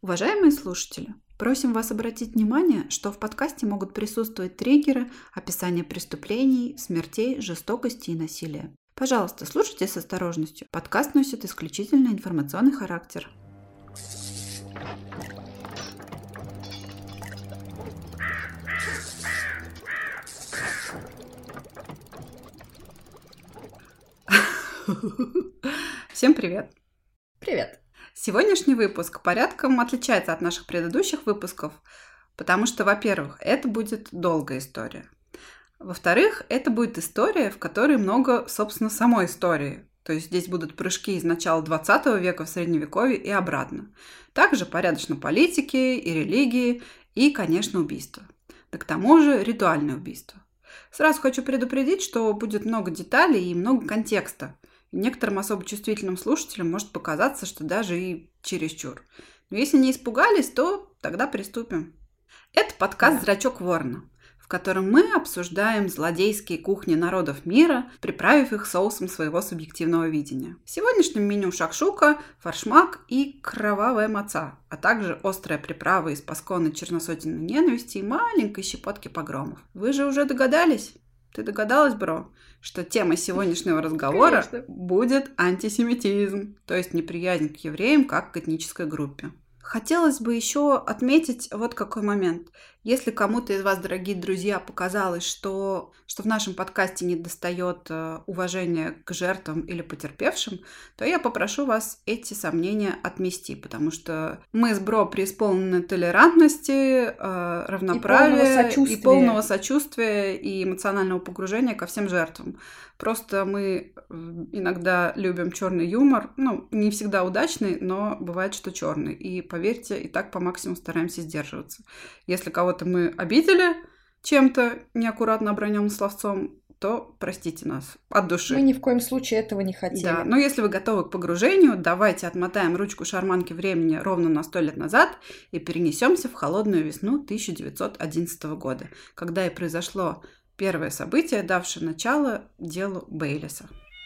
Уважаемые слушатели, просим вас обратить внимание, что в подкасте могут присутствовать триггеры, описание преступлений, смертей, жестокости и насилия. Пожалуйста, слушайте с осторожностью. Подкаст носит исключительно информационный характер. Всем привет! Привет! Сегодняшний выпуск порядком отличается от наших предыдущих выпусков, потому что, во-первых, это будет долгая история. Во-вторых, это будет история, в которой много, собственно, самой истории. То есть здесь будут прыжки из начала 20 века в Средневековье и обратно. Также порядочно политики и религии, и, конечно, убийства. Да к тому же ритуальные убийства. Сразу хочу предупредить, что будет много деталей и много контекста. И некоторым особо чувствительным слушателям может показаться, что даже и чересчур. Но если не испугались, то тогда приступим. Это подкаст «Зрачок ворона», в котором мы обсуждаем злодейские кухни народов мира, приправив их соусом своего субъективного видения. В сегодняшнем меню шакшука, форшмак и кровавая маца, а также острая приправа из пасконной черносотенной ненависти и маленькой щепотки погромов. Вы же уже догадались? Ты догадалась, бро, что тема сегодняшнего разговора будет антисемитизм, то есть неприязнь к евреям как к этнической группе. Хотелось бы еще отметить вот какой момент. Если кому-то из вас, дорогие друзья, показалось, что в нашем подкасте недостает уважения к жертвам или потерпевшим, то я попрошу вас эти сомнения отмести, потому что мы с бро преисполнены толерантности, равноправия и полного сочувствия и эмоционального погружения ко всем жертвам. Просто мы иногда любим черный юмор, не всегда удачный, но бывает, что черный. И поверьте, и так по максимуму стараемся сдерживаться. Если кого-то мы обидели чем-то неаккуратно оброненным словцом, то простите нас от души. Мы ни в коем случае этого не хотели. Да, но если вы готовы к погружению, давайте отмотаем ручку шарманки времени ровно на 100 лет назад и перенесемся в холодную весну 1911 года, когда и произошло первое событие, давшее начало делу Бейлиса.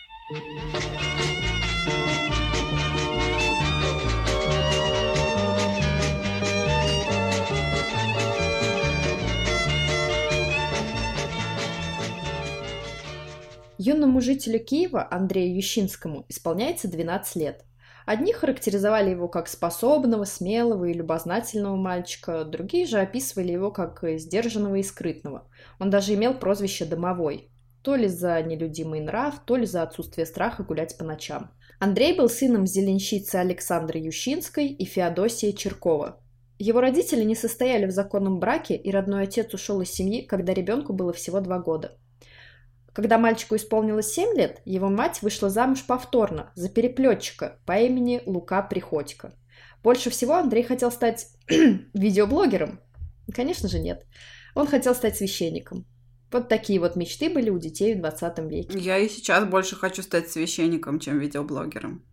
Юному жителю Киева Андрею Ющинскому исполняется 12 лет. Одни характеризовали его как способного, смелого и любознательного мальчика, другие же описывали его как сдержанного и скрытного. Он даже имел прозвище «домовой», то ли за нелюдимый нрав, то ли за отсутствие страха гулять по ночам. Андрей был сыном зеленщицы Александры Ющинской и Феодосии Черкова. Его родители не состояли в законном браке, и родной отец ушел из семьи, когда ребенку было всего 2 года. Когда мальчику исполнилось 7 лет, его мать вышла замуж повторно за переплетчика по имени Лука Приходько. Больше всего Андрей хотел стать видеоблогером? Конечно же нет. Он хотел стать священником. Вот такие вот мечты были у детей в 20 веке. Я и сейчас больше хочу стать священником, чем видеоблогером.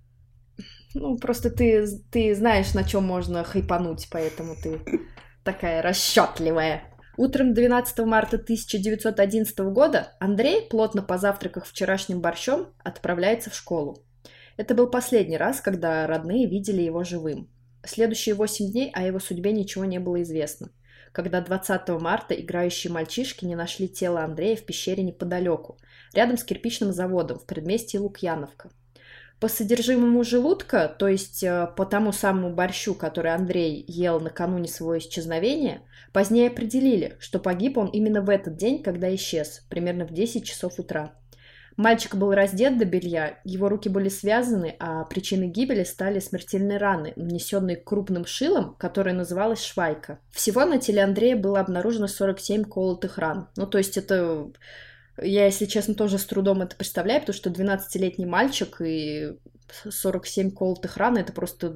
Просто ты знаешь, на чем можно хайпануть, поэтому ты такая расчетливая. Утром 12 марта 1911 года Андрей, плотно позавтракав вчерашним борщом, отправляется в школу. Это был последний раз, когда родные видели его живым. Следующие 8 дней о его судьбе ничего не было известно. Когда 20 марта играющие мальчишки не нашли тело Андрея в пещере неподалеку, рядом с кирпичным заводом в предместье Лукьяновка. По содержимому желудка, то есть по тому самому борщу, который Андрей ел накануне своего исчезновения, позднее определили, что погиб он именно в этот день, когда исчез, примерно в 10 часов утра. Мальчик был раздет до белья, его руки были связаны, а причиной гибели стали смертельные раны, нанесенные крупным шилом, которое называлось швайка. Всего на теле Андрея было обнаружено 47 колотых ран. То есть это... Я, если честно, тоже с трудом это представляю, потому что 12-летний мальчик и 47 колотых ран — это просто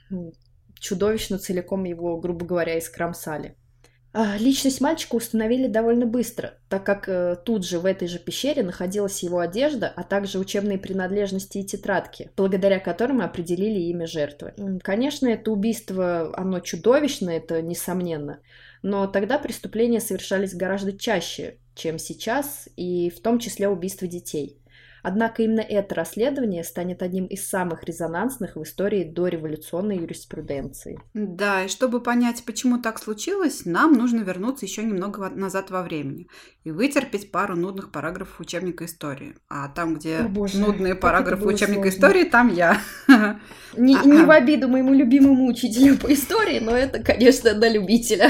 чудовищно, целиком его, грубо говоря, искромсали. Личность мальчика установили довольно быстро, так как тут же в этой же пещере находилась его одежда, а также учебные принадлежности и тетрадки, благодаря которым определили имя жертвы. Конечно, это убийство, оно чудовищно, это несомненно, но тогда преступления совершались гораздо чаще, чем сейчас, и в том числе убийства детей. Однако именно это расследование станет одним из самых резонансных в истории дореволюционной юриспруденции. Да, и чтобы понять, почему так случилось, нам нужно вернуться еще немного назад во времени и вытерпеть пару нудных параграфов учебника истории. А там, где нудные параграфы учебника истории, там я. Не в обиду моему любимому учителю по истории, но это, конечно, на любителя.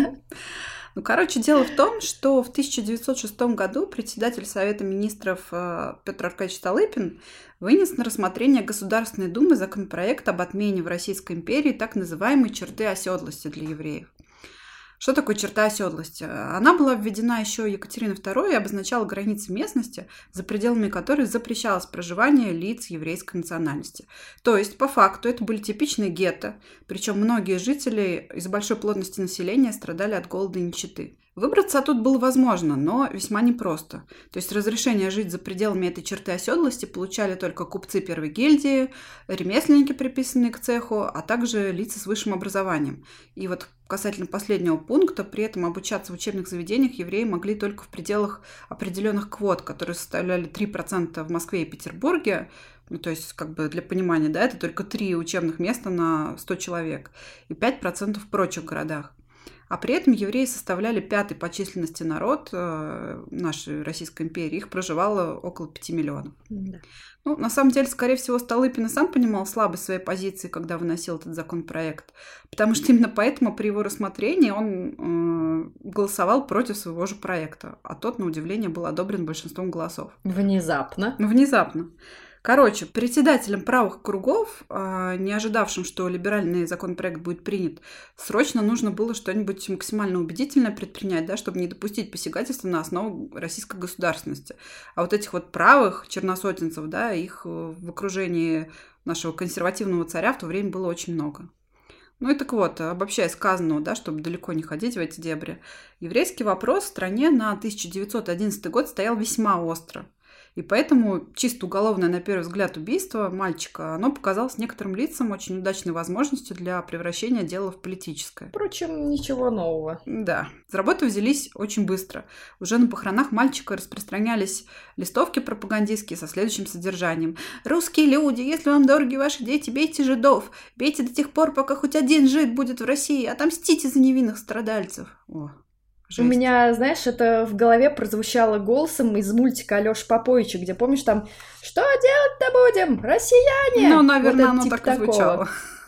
Дело в том, что в 1906 году председатель Совета министров Петр Аркадьевич Столыпин вынес на рассмотрение Государственной Думы законопроект об отмене в Российской империи так называемой черты оседлости для евреев. Что такое черта оседлости? Она была введена еще Екатериной II и обозначала границы местности, за пределами которой запрещалось проживание лиц еврейской национальности. То есть, по факту, это были типичные гетто, причем многие жители из-за большой плотности населения страдали от голода и нищеты. Выбраться оттуда было возможно, но весьма непросто. То есть разрешение жить за пределами этой черты оседлости получали только купцы первой гильдии, ремесленники, приписанные к цеху, а также лица с высшим образованием. И вот касательно последнего пункта, при этом обучаться в учебных заведениях евреи могли только в пределах определенных квот, которые составляли 3% в Москве и Петербурге. То есть, для понимания, да, это только 3 учебных места на 100 человек и 5% в прочих городах. А при этом евреи составляли 5-й по численности народ нашей Российской империи. Их проживало около 5 миллионов. Да. На самом деле, скорее всего, Столыпин и сам понимал слабость своей позиции, когда выносил этот законопроект. Потому что именно поэтому при его рассмотрении он голосовал против своего же проекта. А тот, на удивление, был одобрен большинством голосов. Внезапно. Председателям правых кругов, не ожидавшим, что либеральный законопроект будет принят, срочно нужно было что-нибудь максимально убедительное предпринять, да, чтобы не допустить посягательства на основу российской государственности. А вот этих вот правых черносотенцев, да, их в окружении нашего консервативного царя в то время было очень много. Обобщая сказанного, да, чтобы далеко не ходить в эти дебри, еврейский вопрос в стране на 1911 год стоял весьма остро. И поэтому чисто уголовное, на первый взгляд, убийство мальчика, оно показалось некоторым лицам очень удачной возможностью для превращения дела в политическое. Впрочем, ничего нового. Да. За работу взялись очень быстро. Уже на похоронах мальчика распространялись листовки пропагандистские со следующим содержанием. «Русские люди, если вам дороги ваши дети, бейте жидов. Бейте до тех пор, пока хоть один жид будет в России. Отомстите за невинных страдальцев». Жесть. У меня, знаешь, это в голове прозвучало голосом из мультика Алёши Поповича, где, помнишь, там «Что делать-то будем, россияне?» Наверное, оно так и звучало.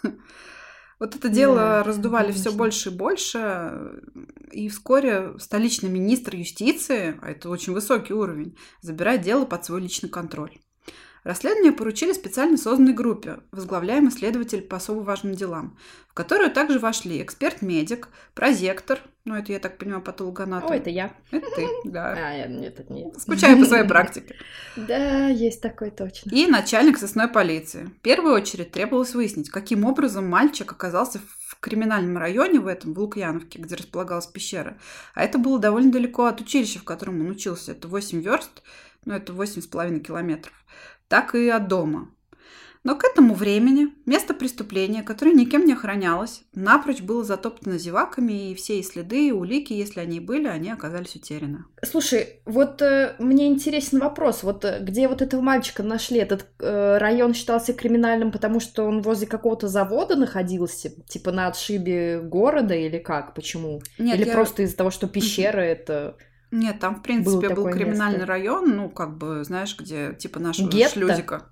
Вот это дело раздували все больше и больше, и вскоре столичный министр юстиции, а это очень высокий уровень, забирает дело под свой личный контроль. Расследование поручили специально созданной группе, возглавляемый следователь по особо важным делам, в которую также вошли эксперт-медик, прозектор, это, я так понимаю, патологоанатом. Это я. Это ты, да. Нет, это не я. Скучаю по своей практике. Да, есть такой точно. И начальник сыскной полиции. В первую очередь требовалось выяснить, каким образом мальчик оказался в криминальном районе в Лукьяновке, где располагалась пещера. А это было довольно далеко от училища, в котором он учился. Это 8 верст, это 8,5 километров. Так и от дома. Но к этому времени место преступления, которое никем не охранялось, напрочь было затоптано зеваками, и все следы, и улики, если они и были, они оказались утеряны. Слушай, мне интересен вопрос. Где этого мальчика нашли? Этот район считался криминальным, потому что он возле какого-то завода находился? Типа на отшибе города или как? Почему? Нет, или просто из-за того, что пещера это... Нет, там, в принципе, был криминальный район, знаешь, где типа нашего шлюзика.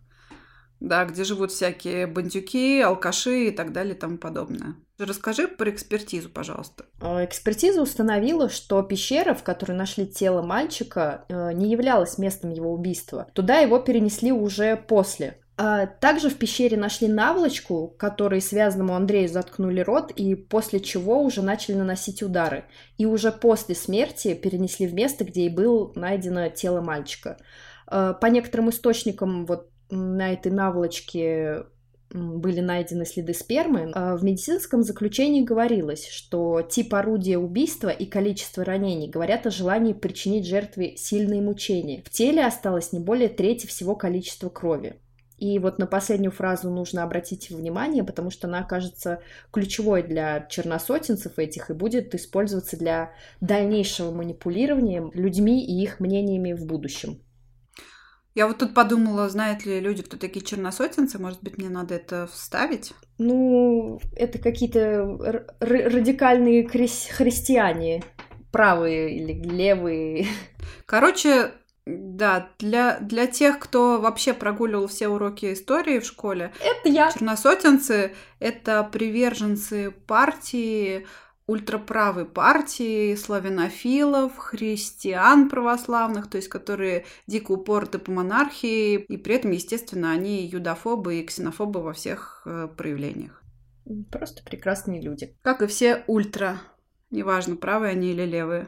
Да, где живут всякие бандюки, алкаши и так далее и тому подобное. Расскажи про экспертизу, пожалуйста. Экспертиза установила, что пещера, в которой нашли тело мальчика, не являлась местом его убийства. Туда его перенесли уже после. Также в пещере нашли наволочку, которой связанному Андрею заткнули рот, и после чего уже начали наносить удары. И уже после смерти перенесли в место, где и было найдено тело мальчика. По некоторым источникам на этой наволочке были найдены следы спермы. В медицинском заключении говорилось, что тип орудия убийства и количество ранений говорят о желании причинить жертве сильные мучения. В теле осталось не более трети всего количества крови. И на последнюю фразу нужно обратить внимание, потому что она окажется ключевой для черносотенцев этих и будет использоваться для дальнейшего манипулирования людьми и их мнениями в будущем. Я вот тут подумала, знают ли люди, кто такие черносотенцы, может быть, мне надо это вставить? Ну, это какие-то радикальные христиане, правые или левые. Короче, да, для тех, кто вообще прогуливал все уроки истории в школе, Это я. черносотенцы — это приверженцы партии, ультраправой партии, славянофилов, христиан православных, то есть которые дико упорты по монархии, и при этом, естественно, они юдофобы и ксенофобы во всех проявлениях. Просто прекрасные люди. Как и все ультра. Неважно, правые они или левые.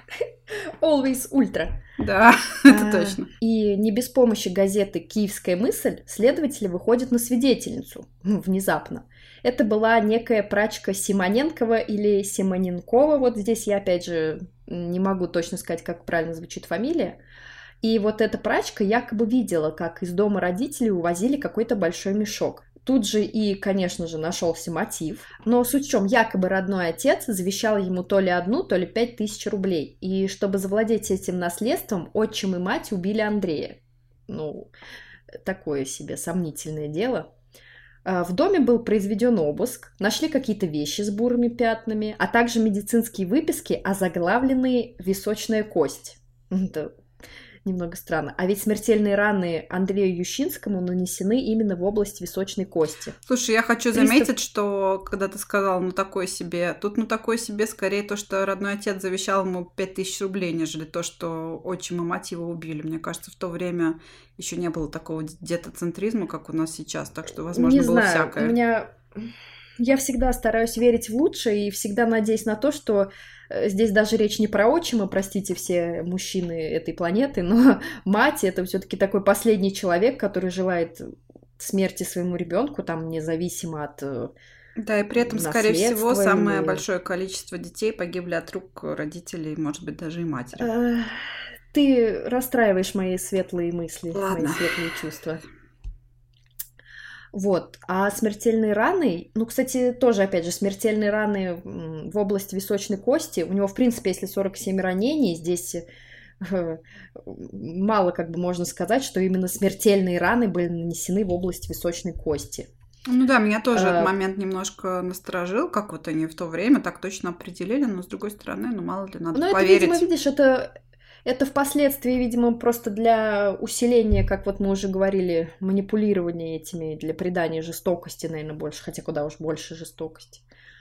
Always ультра. Да, это точно. И не без помощи газеты «Киевская мысль» следователи выходят на свидетельницу. Внезапно. Это была некая прачка Симоненкова или Симоненкова. Вот здесь я, опять же, не могу точно сказать, как правильно звучит фамилия. И вот эта прачка якобы видела, как из дома родителей увозили какой-то большой мешок. Тут же и, конечно же, нашелся мотив. Но суть в чем, якобы родной отец завещал ему то ли 1, то ли 5 тысяч рублей. И чтобы завладеть этим наследством, отчим и мать убили Андрея. Ну, такое себе сомнительное дело. В доме был произведен обыск, нашли какие-то вещи с бурыми пятнами, а также медицинские выписки, озаглавленные «Височная кость». Это немного странно. А ведь смертельные раны Андрею Ющинскому нанесены именно в область височной кости. Слушай, я хочу заметить, что когда ты сказал «ну такой себе», тут «ну такой себе» скорее то, что родной отец завещал ему 5000 рублей, нежели то, что отчим и мать его убили. Мне кажется, в то время еще не было такого детоцентризма, как у нас сейчас, так что, возможно, не было знаю, всякое. Я всегда стараюсь верить в лучшее и всегда надеюсь на то, что здесь даже речь не про отчима, простите все мужчины этой планеты, но мать — это все-таки такой последний человек, который желает смерти своему ребенку, там, независимо от Да, и при этом, скорее всего, самое или... большое количество детей погибли от рук родителей, может быть, даже и матери. Ты расстраиваешь мои светлые мысли, Ладно. мои светлые чувства. Вот. А смертельные раны, ну, кстати, тоже, опять же, смертельные раны в области височной кости, у него, в принципе, если 47 ранений, здесь мало как бы можно сказать, что именно смертельные раны были нанесены в область височной кости. Ну да, меня тоже этот момент немножко насторожил, как вот они в то время так точно определили, но с другой стороны, ну мало ли, надо поверить. Ну, это, видимо, видишь, это впоследствии, видимо, просто для усиления, как вот мы уже говорили, манипулирования этими, для придания жестокости, наверное, больше, хотя куда уж больше жестокости.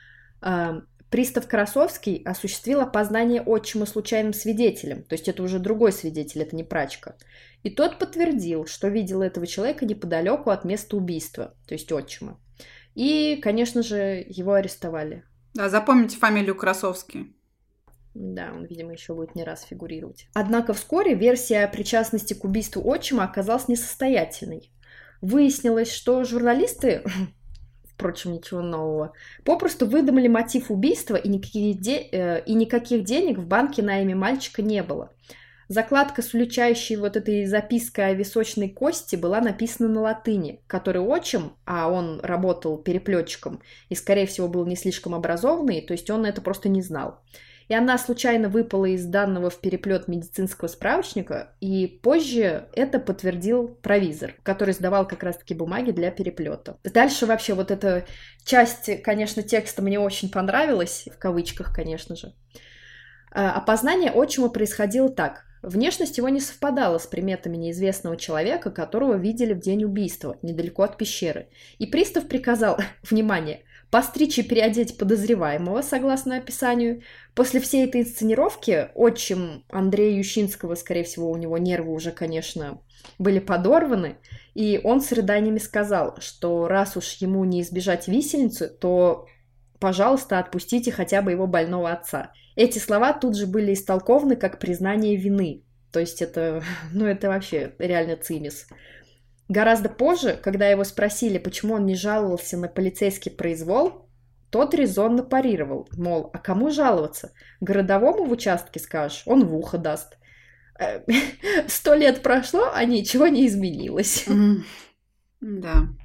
Пристав Красовский осуществил опознание отчима случайным свидетелем, то есть это уже другой свидетель, это не прачка. И тот подтвердил, что видел этого человека неподалеку от места убийства, то есть отчима. И, конечно же, его арестовали. Да, запомните фамилию Красовский. Да, он, видимо, еще будет не раз фигурировать. Однако вскоре версия о причастности к убийству отчима оказалась несостоятельной. Выяснилось, что журналисты, впрочем, ничего нового, попросту выдумали мотив убийства, и никаких денег в банке на имя мальчика не было. Закладка с уличающей вот этой запиской о височной кости была написана на латыни, которой отчим, а он работал переплетчиком и, скорее всего, был не слишком образованный, то есть он это просто не знал. И она случайно выпала из данного в переплет медицинского справочника, и позже это подтвердил провизор, который сдавал как раз-таки бумаги для переплета. Дальше вообще вот эта часть, конечно, текста мне очень понравилась, в кавычках, конечно же. Опознание отчима происходило так. Внешность его не совпадала с приметами неизвестного человека, которого видели в день убийства, недалеко от пещеры. И пристав приказал, внимание, постричь и переодеть подозреваемого, согласно описанию. После всей этой инсценировки отчим Андрея Ющинского, скорее всего, у него нервы уже, конечно, были подорваны, и он с рыданиями сказал, что раз уж ему не избежать висельницы, то, пожалуйста, отпустите хотя бы его больного отца. Эти слова тут же были истолкованы как признание вины. То есть это, это вообще реально цимис. Гораздо позже, когда его спросили, почему он не жаловался на полицейский произвол, тот резонно парировал, мол, а кому жаловаться? Городовому в участке скажешь, он в ухо даст. 100 лет прошло, а ничего не изменилось. Да.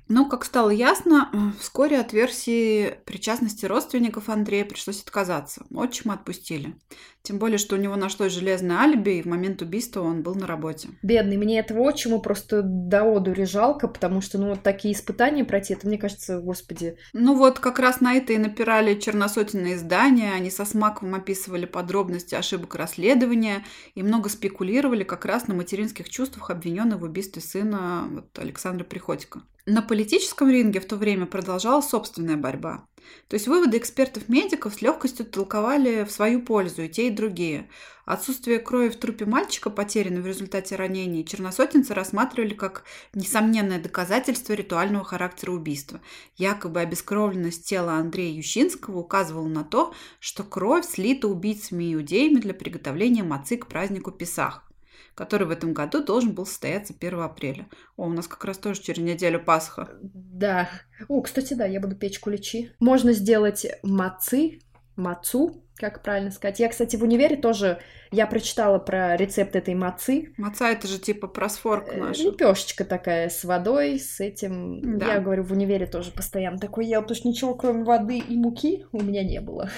Но, как стало ясно, вскоре от версии причастности родственников Андрея пришлось отказаться. Отчима отпустили. Тем более, что у него нашлось железное алиби, и в момент убийства он был на работе. Бедный, мне этого отчима просто до одури жалко, потому что, вот такие испытания пройти, это, мне кажется, господи. Как раз на это и напирали черносотенные издания, они со смаком описывали подробности ошибок расследования и много спекулировали как раз на материнских чувствах обвиненного в убийстве сына Александра Приходько. На политическом ринге в то время продолжалась собственная борьба. То есть выводы экспертов-медиков с легкостью толковали в свою пользу и те, и другие. Отсутствие крови в трупе мальчика, потерянного в результате ранений, черносотенцы рассматривали как несомненное доказательство ритуального характера убийства. Якобы обескровленность тела Андрея Ющинского указывала на то, что кровь слита убийцами иудеями для приготовления мацы к празднику Песах, который в этом году должен был состояться 1 апреля. У нас как раз тоже через неделю Пасха. Да. Кстати, да, я буду печь куличи. Можно сделать мацу, как правильно сказать. Я, кстати, в универе тоже, я прочитала про рецепт этой мацы. Маца — это же типа просфорка наша. Лепешечка такая с водой, с этим. Да. Я говорю, в универе тоже постоянно такой ел, потому что ничего, кроме воды и муки, у меня не было.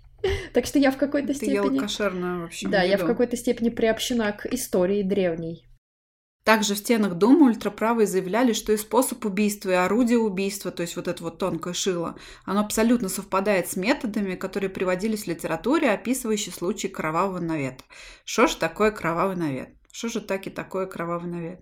Так что я в какой-то степени... Ты ела кошерную вообще. Да, я в какой-то степени приобщена к истории древней. Также в стенах дома ультраправые заявляли, что и способ убийства, и орудие убийства, то есть это тонкое шило, оно абсолютно совпадает с методами, которые приводились в литературе, описывающей случаи кровавого навета. Что ж такое кровавый навет? Что же такое кровавый навет?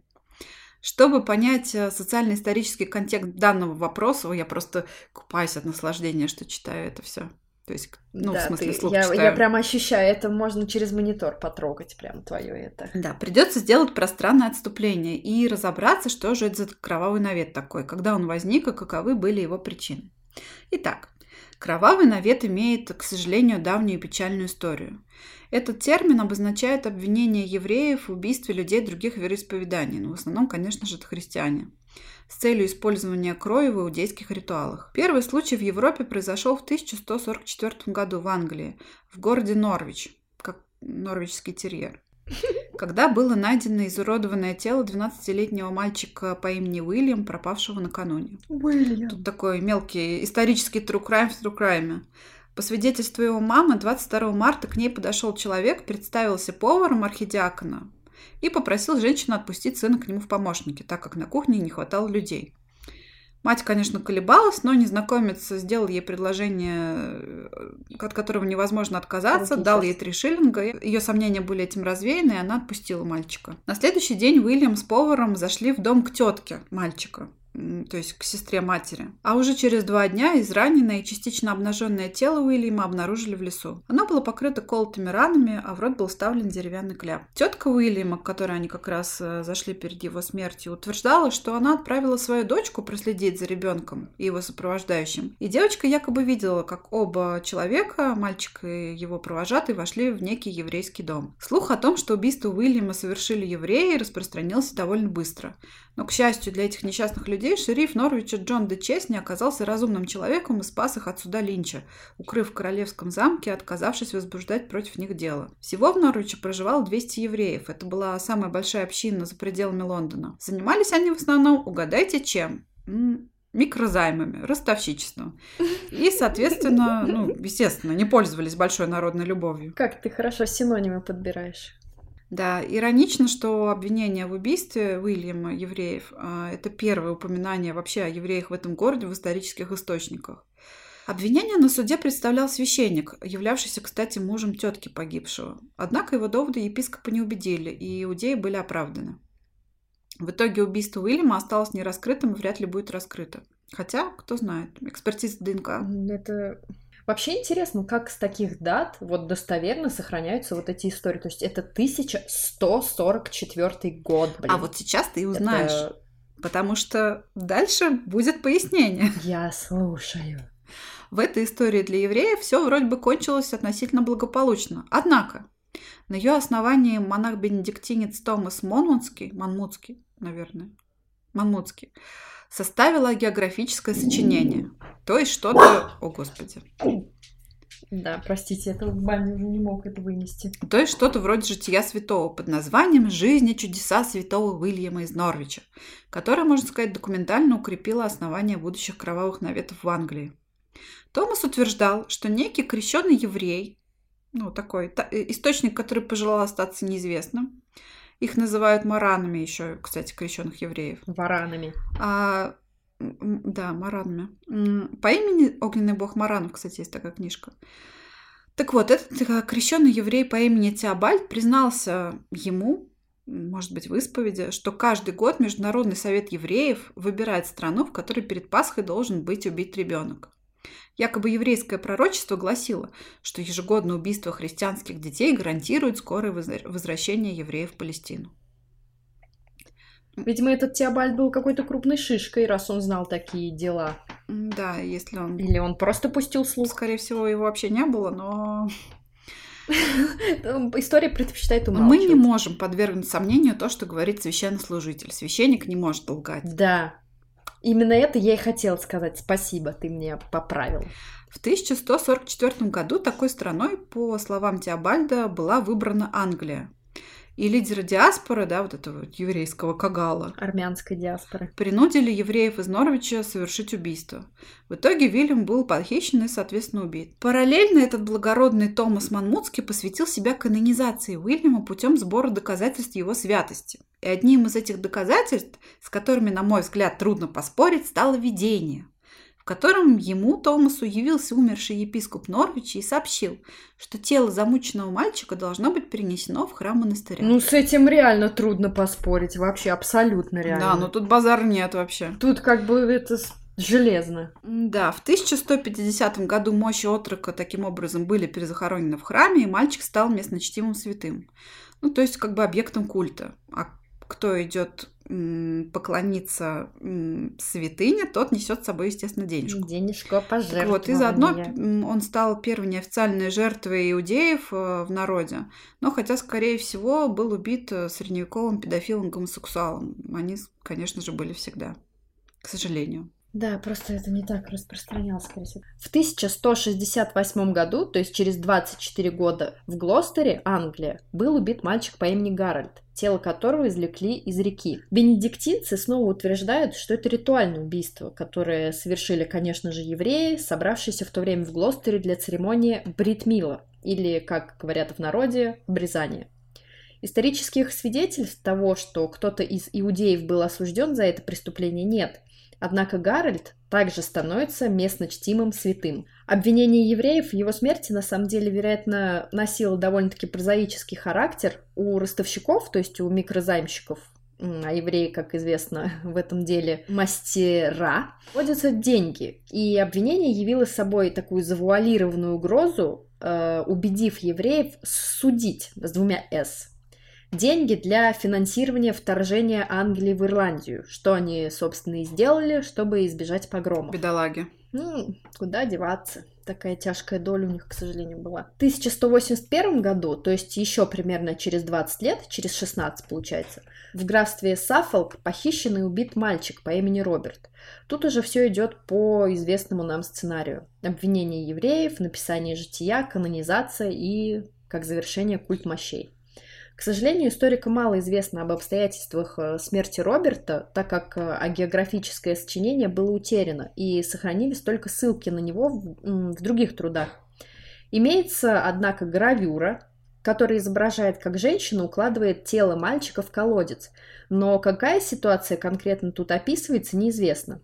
Чтобы понять социально-исторический контекст данного вопроса, я просто купаюсь от наслаждения, что читаю это все. То есть, да, в смысле, вслух я читаю. прям ощущаю, это можно через монитор потрогать, прям твое это. Да, придется сделать пространное отступление и разобраться, что же это за кровавый навет такой, когда он возник и каковы были его причины. Итак, кровавый навет имеет, к сожалению, давнюю и печальную историю. Этот термин обозначает обвинение евреев в убийстве людей других вероисповеданий, в основном, конечно же, это христиане, с целью использования крови в иудейских ритуалах. Первый случай в Европе произошел в 1144 году в Англии, в городе Норвич, как норвичский терьер, когда было найдено изуродованное тело 12-летнего мальчика по имени Уильям, пропавшего накануне. Уильям. Тут такой мелкий исторический true crime в true crime. По свидетельству его мамы, 22 марта к ней подошел человек, представился поваром архидиакона и попросил женщину отпустить сына к нему в помощники, так как на кухне не хватало людей. Мать, конечно, колебалась, но незнакомец сделал ей предложение, от которого невозможно отказаться, дал ей 3 шиллинга. Ее сомнения были этим развеяны, и она отпустила мальчика. На следующий день Уильям с поваром зашли в дом к тетке мальчика, то есть к сестре матери. А уже через 2 дня израненное и частично обнаженное тело Уильяма обнаружили в лесу. Оно было покрыто колотыми ранами, а в рот был вставлен деревянный кляп. Тетка Уильяма, к которой они как раз зашли перед его смертью, утверждала, что она отправила свою дочку проследить за ребенком и его сопровождающим. И девочка якобы видела, как оба человека, мальчик и его провожатый, вошли в некий еврейский дом. Слух о том, что убийство Уильяма совершили евреи, распространился довольно быстро. Но, к счастью для этих несчастных людей, шериф Норвича Джон де Честни оказался разумным человеком и спас их от суда Линча, укрыв в королевском замке, отказавшись возбуждать против них дело. Всего в Норвиче проживало 200 евреев. Это была самая большая община за пределами Лондона. Занимались они в основном, угадайте, чем? Микрозаймами, ростовщичеством. И, соответственно, естественно, не пользовались большой народной любовью. Как ты хорошо синонимы подбираешь. Да, иронично, что обвинение в убийстве Уильяма евреев – это первое упоминание вообще о евреях в этом городе в исторических источниках. Обвинение на суде представлял священник, являвшийся, кстати, мужем тетки погибшего. Однако его доводы епископа не убедили, и иудеи были оправданы. В итоге убийство Уильяма осталось нераскрытым и вряд ли будет раскрыто. Хотя, кто знает, экспертиза ДНК. Это... Вообще интересно, как с таких дат достоверно сохраняются эти истории. То есть это 1144 год, блин. А вот сейчас ты и узнаешь, потому что дальше будет пояснение. Я слушаю. В этой истории для евреев все вроде бы кончилось относительно благополучно. Однако на ее основании монах-бенедиктинец Томас Монмутский, составил географическое сочинение. То есть что-то... О, Господи. Да, простите, это в бане уже не мог это вынести. То есть что-то вроде жития святого под названием «Жизнь и чудеса святого Уильяма из Норвича», которое, можно сказать, документально укрепило основание будущих кровавых наветов в Англии. Томас утверждал, что некий крещеный еврей, такой источник, который пожелал остаться неизвестным, их называют маранами еще, кстати, крещенных евреев. Варанами. Да, маранами. По имени огненный бог Маранов, кстати, есть такая книжка. Так вот, этот крещеный еврей по имени Теобальд признался ему, может быть, в исповеди, что каждый год Международный совет евреев выбирает страну, в которой перед Пасхой должен быть убит ребенок. Якобы еврейское пророчество гласило, что ежегодное убийство христианских детей гарантирует скорое возвращение евреев в Палестину. Видимо, этот Теобальд был какой-то крупной шишкой, раз он знал такие дела. Да, если он... Или он просто пустил слух. Скорее всего, его вообще не было, но... История предпочитает умалчивать. Мы не можем подвергнуть сомнению то, что говорит священнослужитель. Священник не может лгать. Да. Именно это я и хотела сказать. Спасибо, ты меня поправил. В 1144 году такой страной, по словам Теобальда, была выбрана Англия. И лидеры диаспоры, вот этого еврейского кагала, армянской диаспоры, принудили евреев из Норвича совершить убийство. В итоге Вильям был похищен и, соответственно, убит. Параллельно этот благородный Томас Монмутский посвятил себя канонизации Уильяма путем сбора доказательств его святости. И одним из этих доказательств, с которыми, на мой взгляд, трудно поспорить, стало видение, в котором ему, Томасу, явился умерший епископ Норвича и сообщил, что тело замученного мальчика должно быть перенесено в храм монастыря. С этим реально трудно поспорить, вообще абсолютно реально. Да, тут базара нет вообще. Тут это железно. Да, в 1150 году мощи отрока таким образом были перезахоронены в храме, и мальчик стал местночтимым святым. То есть объектом культа. А кто идет поклониться святыне, тот несет с собой, естественно, денежку. Денежку пожертвовать. И заодно он стал первой неофициальной жертвой иудеев в народе, но хотя, скорее всего, был убит средневековым педофилом-гомосексуалом. Они, конечно же, были всегда, к сожалению. Да, просто это не так распространялось, скорее всего. В 1168 году, то есть через 24 года, в Глостере, Англия, был убит мальчик по имени Гарольд, тело которого извлекли из реки. Бенедиктинцы снова утверждают, что это ритуальное убийство, которое совершили, конечно же, евреи, собравшиеся в то время в Глостере для церемонии брит-мила, или, как говорят в народе, обрезания. Исторических свидетельств того, что кто-то из иудеев был осужден за это преступление, нет. Однако Гарольд также становится местно чтимым святым. Обвинение евреев в его смерти, на самом деле, вероятно, носило довольно-таки прозаический характер. У ростовщиков, то есть у микрозаймщиков, а евреи, как известно, в этом деле мастера, вводятся деньги. И обвинение явило собой такую завуалированную угрозу, убедив евреев судить с 2 «с». Деньги для финансирования вторжения Англии в Ирландию, что они, собственно, и сделали, чтобы избежать погромов. Бедолаги. Куда деваться? Такая тяжкая доля у них, к сожалению, была. В 1181 году, то есть еще примерно через 20 лет, через 16, получается, в графстве Саффолк похищен и убит мальчик по имени Роберт. Тут уже все идет по известному нам сценарию. Обвинение евреев, написание жития, канонизация и, как завершение, культ мощей. К сожалению, историкам мало известно об обстоятельствах смерти Роберта, так как агеографическое сочинение было утеряно, и сохранились только ссылки на него в других трудах. Имеется, однако, гравюра, которая изображает, как женщина укладывает тело мальчика в колодец, но какая ситуация конкретно тут описывается, неизвестно.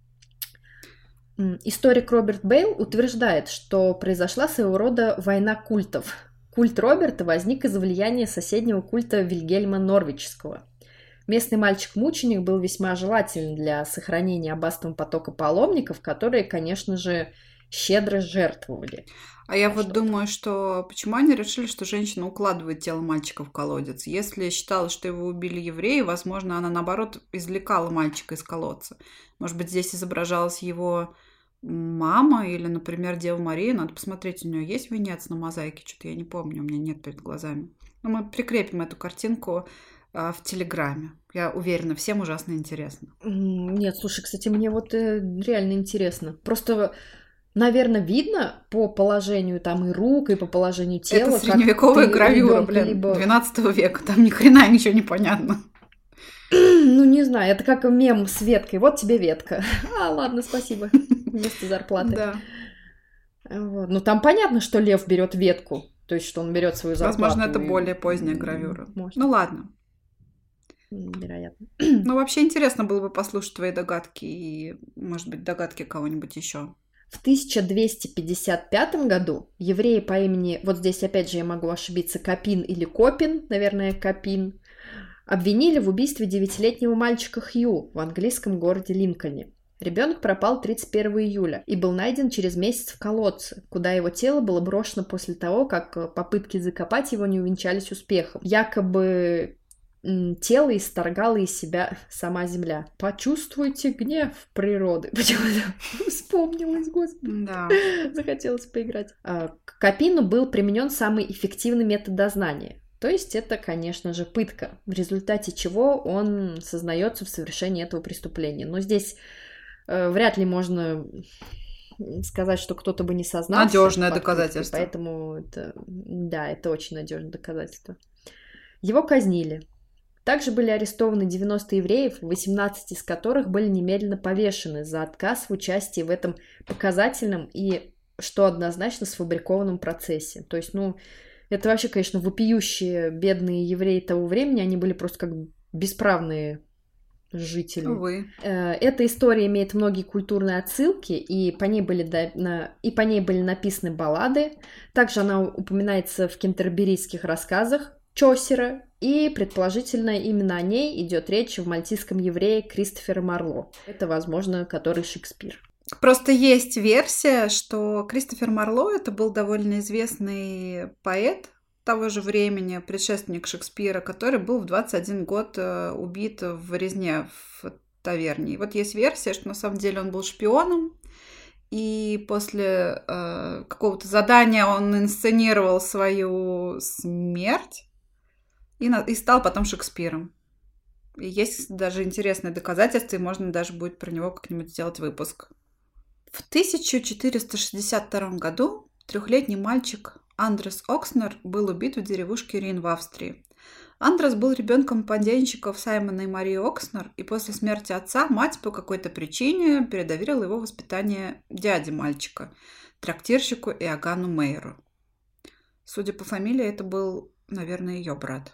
Историк Роберт Бейл утверждает, что произошла своего рода война культов. Культ Роберта возник из-за влияния соседнего культа Вильгельма Норвичского. Местный мальчик-мученик был весьма желателен для сохранения аббатского потока паломников, которые, конечно же, щедро жертвовали. А я думаю, что почему они решили, что женщина укладывает тело мальчика в колодец? Если считалось, что его убили евреи, возможно, она, наоборот, извлекала мальчика из колодца. Может быть, здесь изображалась его мама или, например, Дева Мария. Надо посмотреть, у нее есть венец на мозаике, что-то я не помню, у меня нет перед глазами. Но мы прикрепим эту картинку в Телеграме. Я уверена, всем ужасно интересно. Нет, слушай, кстати, мне реально интересно. Просто, наверное, видно по положению там и рук, и по положению тела. Это средневековая гравюра, блин, 12 века, там ни хрена ничего не понятно. Ну, не знаю, это как мем с веткой. Вот тебе ветка. А, ладно, спасибо. Вместо зарплаты. Да. Вот. Ну, там понятно, что лев берет ветку. То есть, что он берет свою зарплату. Возможно, это более поздняя гравюра. Может. Ну, ладно. Вероятно. Ну, вообще интересно было бы послушать твои догадки и, может быть, догадки кого-нибудь еще. В 1255 году евреи по имени, вот здесь опять же я могу ошибиться, Копин или Копин, наверное, Копин, обвинили в убийстве 9-летнего мальчика Хью в английском городе Линкольне. Ребенок пропал 31 июля и был найден через месяц в колодце, куда его тело было брошено после того, как попытки закопать его не увенчались успехом. Якобы тело исторгало из себя сама земля. Почувствуйте гнев природы. Почему-то вспомнилось, господи. Да. Захотелось поиграть. К Копину был применен самый эффективный метод дознания. То есть это, конечно же, пытка, в результате чего он сознается в совершении этого преступления. Но здесь вряд ли можно сказать, что кто-то бы не сознался. Надежное доказательство. Поэтому это очень надежное доказательство. Его казнили. Также были арестованы 90 евреев, 18 из которых были немедленно повешены за отказ в участии в этом показательном и, что однозначно, сфабрикованном процессе. То есть, это вообще, конечно, вопиющие бедные евреи того времени, они были просто как бесправные жители. Увы. Эта история имеет многие культурные отсылки, и по ней были написаны баллады. Также она упоминается в кентерберийских рассказах Чосера, и, предположительно, именно о ней идет речь в мальтийском еврее Кристофера Марло. Это, возможно, который Шекспир. Просто есть версия, что Кристофер Марло это был довольно известный поэт того же времени, предшественник Шекспира, который был в 21 год убит в резне в таверне. И вот есть версия, что на самом деле он был шпионом, и после какого-то задания он инсценировал свою смерть и стал потом Шекспиром. И есть даже интересные доказательства, и можно даже будет про него как-нибудь сделать выпуск. В 1462 году 3-летний мальчик Андрес Окснер был убит в деревушке Рин в Австрии. Андрес был ребенком паденщиков Саймона и Марии Окснер, и после смерти отца мать по какой-то причине передоверила его воспитание дяде мальчика, трактирщику Иоганну Мейеру. Судя по фамилии, это был, наверное, ее брат.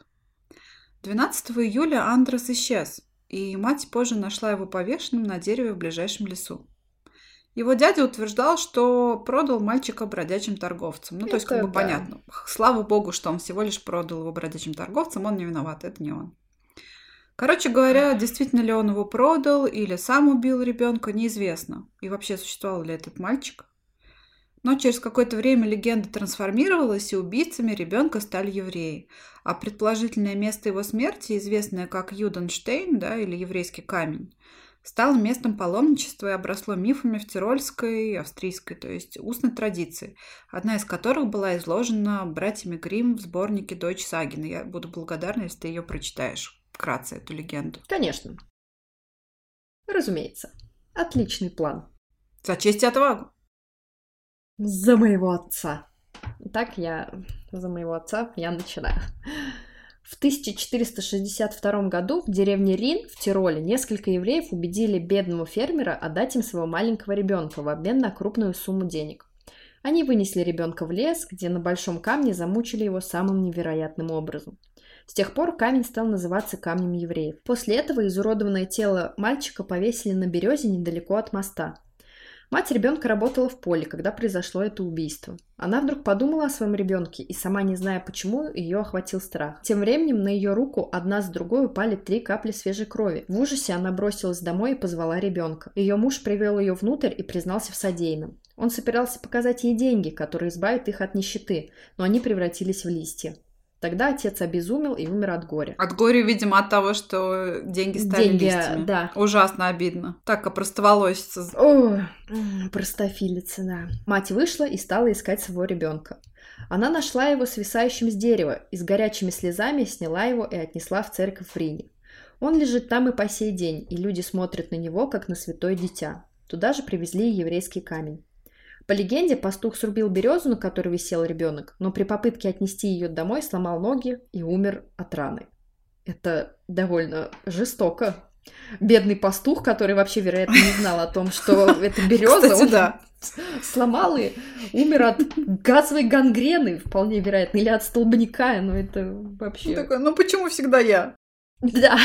12 июля Андрес исчез, и мать позже нашла его повешенным на дереве в ближайшем лесу. Его дядя утверждал, что продал мальчика бродячим торговцам. То есть, понятно. Слава богу, что он всего лишь продал его бродячим торговцам, он не виноват, это не он. Короче говоря, действительно ли он его продал или сам убил ребенка, неизвестно. И вообще, существовал ли этот мальчик. Но через какое-то время легенда трансформировалась, и убийцами ребенка стали евреи. А предположительное место его смерти, известное как Юденштейн, или еврейский камень, стало местом паломничества и обросло мифами в тирольской и австрийской, то есть устной традиции, одна из которых была изложена братьями Гримм в сборнике Deutsche Sagen. Я буду благодарна, если ты ее прочитаешь вкратце, эту легенду. Конечно. Разумеется. Отличный план. За честь и отвагу. За моего отца. Так за моего отца я начинаю. В 1462 году в деревне Рин в Тироле несколько евреев убедили бедного фермера отдать им своего маленького ребенка в обмен на крупную сумму денег. Они вынесли ребенка в лес, где на большом камне замучили его самым невероятным образом. С тех пор камень стал называться камнем евреев. После этого изуродованное тело мальчика повесили на березе недалеко от моста. Мать ребенка работала в поле, когда произошло это убийство. Она вдруг подумала о своем ребенке и, сама не зная почему, ее охватил страх. Тем временем на ее руку одна с другой упали 3 капли свежей крови. В ужасе она бросилась домой и позвала ребенка. Ее муж привел ее внутрь и признался в содеянном. Он собирался показать ей деньги, которые избавят их от нищеты, но они превратились в листья. Тогда отец обезумел и умер от горя. От горя, видимо, от того, что деньги стали листьями. Да. Ужасно обидно. Так, опростоволосится. О, простофилица, да. Мать вышла и стала искать своего ребенка. Она нашла его свисающим с дерева и с горячими слезами сняла его и отнесла в церковь в Рине. Он лежит там и по сей день, и люди смотрят на него, как на святое дитя. Туда же привезли еврейский камень. По легенде, пастух срубил березу, на которой висел ребенок, но при попытке отнести ее домой сломал ноги и умер от раны. Это довольно жестоко. Бедный пастух, который вообще, вероятно, не знал о том, что это береза, Кстати, да. сломал и умер от газовой гангрены, вполне вероятно, или от столбняка, но это вообще... Такой, почему всегда я? Да.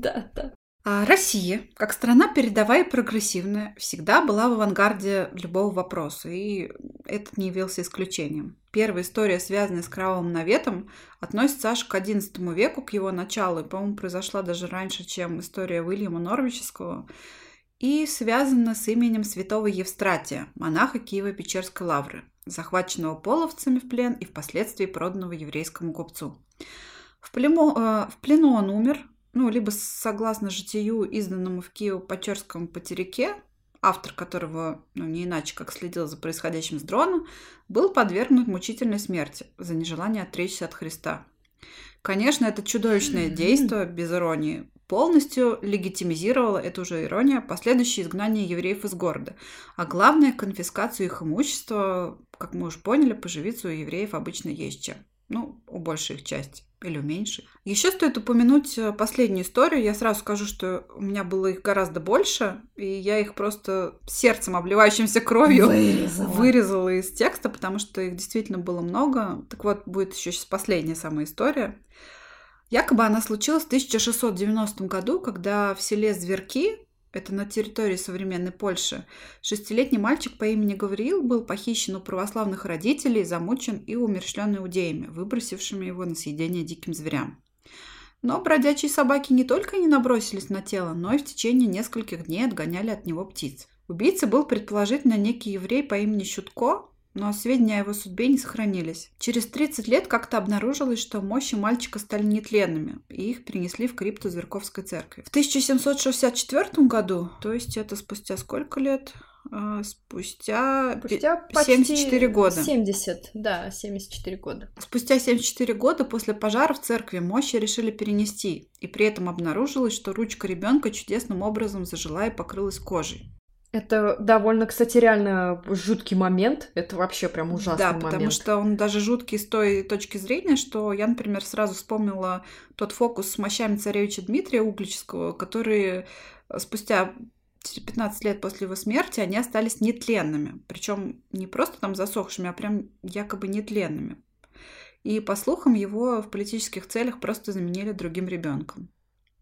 А Россия, как страна передовая и прогрессивная, всегда была в авангарде любого вопроса, и этот не явился исключением. Первая история, связанная с кровавым наветом, относится аж к XI веку, к его началу, и, по-моему, произошла даже раньше, чем история Уильяма Норвичского, и связана с именем святого Евстратия, монаха Киево-Печерской лавры, захваченного половцами в плен и впоследствии проданного еврейскому купцу. В плену он умер, либо согласно житию, изданному в Киево-Печерском потеряке, автор которого, не иначе как следил за происходящим с дрона, был подвергнут мучительной смерти за нежелание отречься от Христа. Конечно, это чудовищное действие, без иронии, полностью легитимизировало, это уже ирония, последующее изгнание евреев из города, а главное, конфискацию их имущества, как мы уже поняли, поживиться у евреев обычно есть чем. У большей их части. Или у меньшей. Еще стоит упомянуть последнюю историю. Я сразу скажу, что у меня было их гораздо больше, и я их просто сердцем, обливающимся кровью, вырезала из текста, потому что их действительно было много. Так вот, будет еще сейчас последняя самая история. Якобы она случилась в 1690 году, когда в селе Зверки, это на территории современной Польши, 6-летний мальчик по имени Гавриил был похищен у православных родителей, замучен и умерщвлен иудеями, выбросившими его на съедение диким зверям. Но бродячие собаки не только не набросились на тело, но и в течение нескольких дней отгоняли от него птиц. Убийца был предположительно некий еврей по имени Щутко, но сведения о его судьбе не сохранились. Через 30 лет как-то обнаружилось, что мощи мальчика стали нетленными, и их перенесли в крипту Зверковской церкви. В 1764 году, то есть это спустя сколько лет? Спустя 74 года. 74 года. Спустя 74 года после пожара в церкви мощи решили перенести, и при этом обнаружилось, что ручка ребенка чудесным образом зажила и покрылась кожей. Это довольно, кстати, реально жуткий момент. Это вообще прям ужасный момент. Да, потому что он даже жуткий с той точки зрения, что я, например, сразу вспомнила тот фокус с мощами царевича Дмитрия Угличского, которые спустя 15 лет после его смерти, они остались нетленными. Причем не просто там засохшими, а прям якобы нетленными. И, по слухам, его в политических целях просто заменили другим ребенком.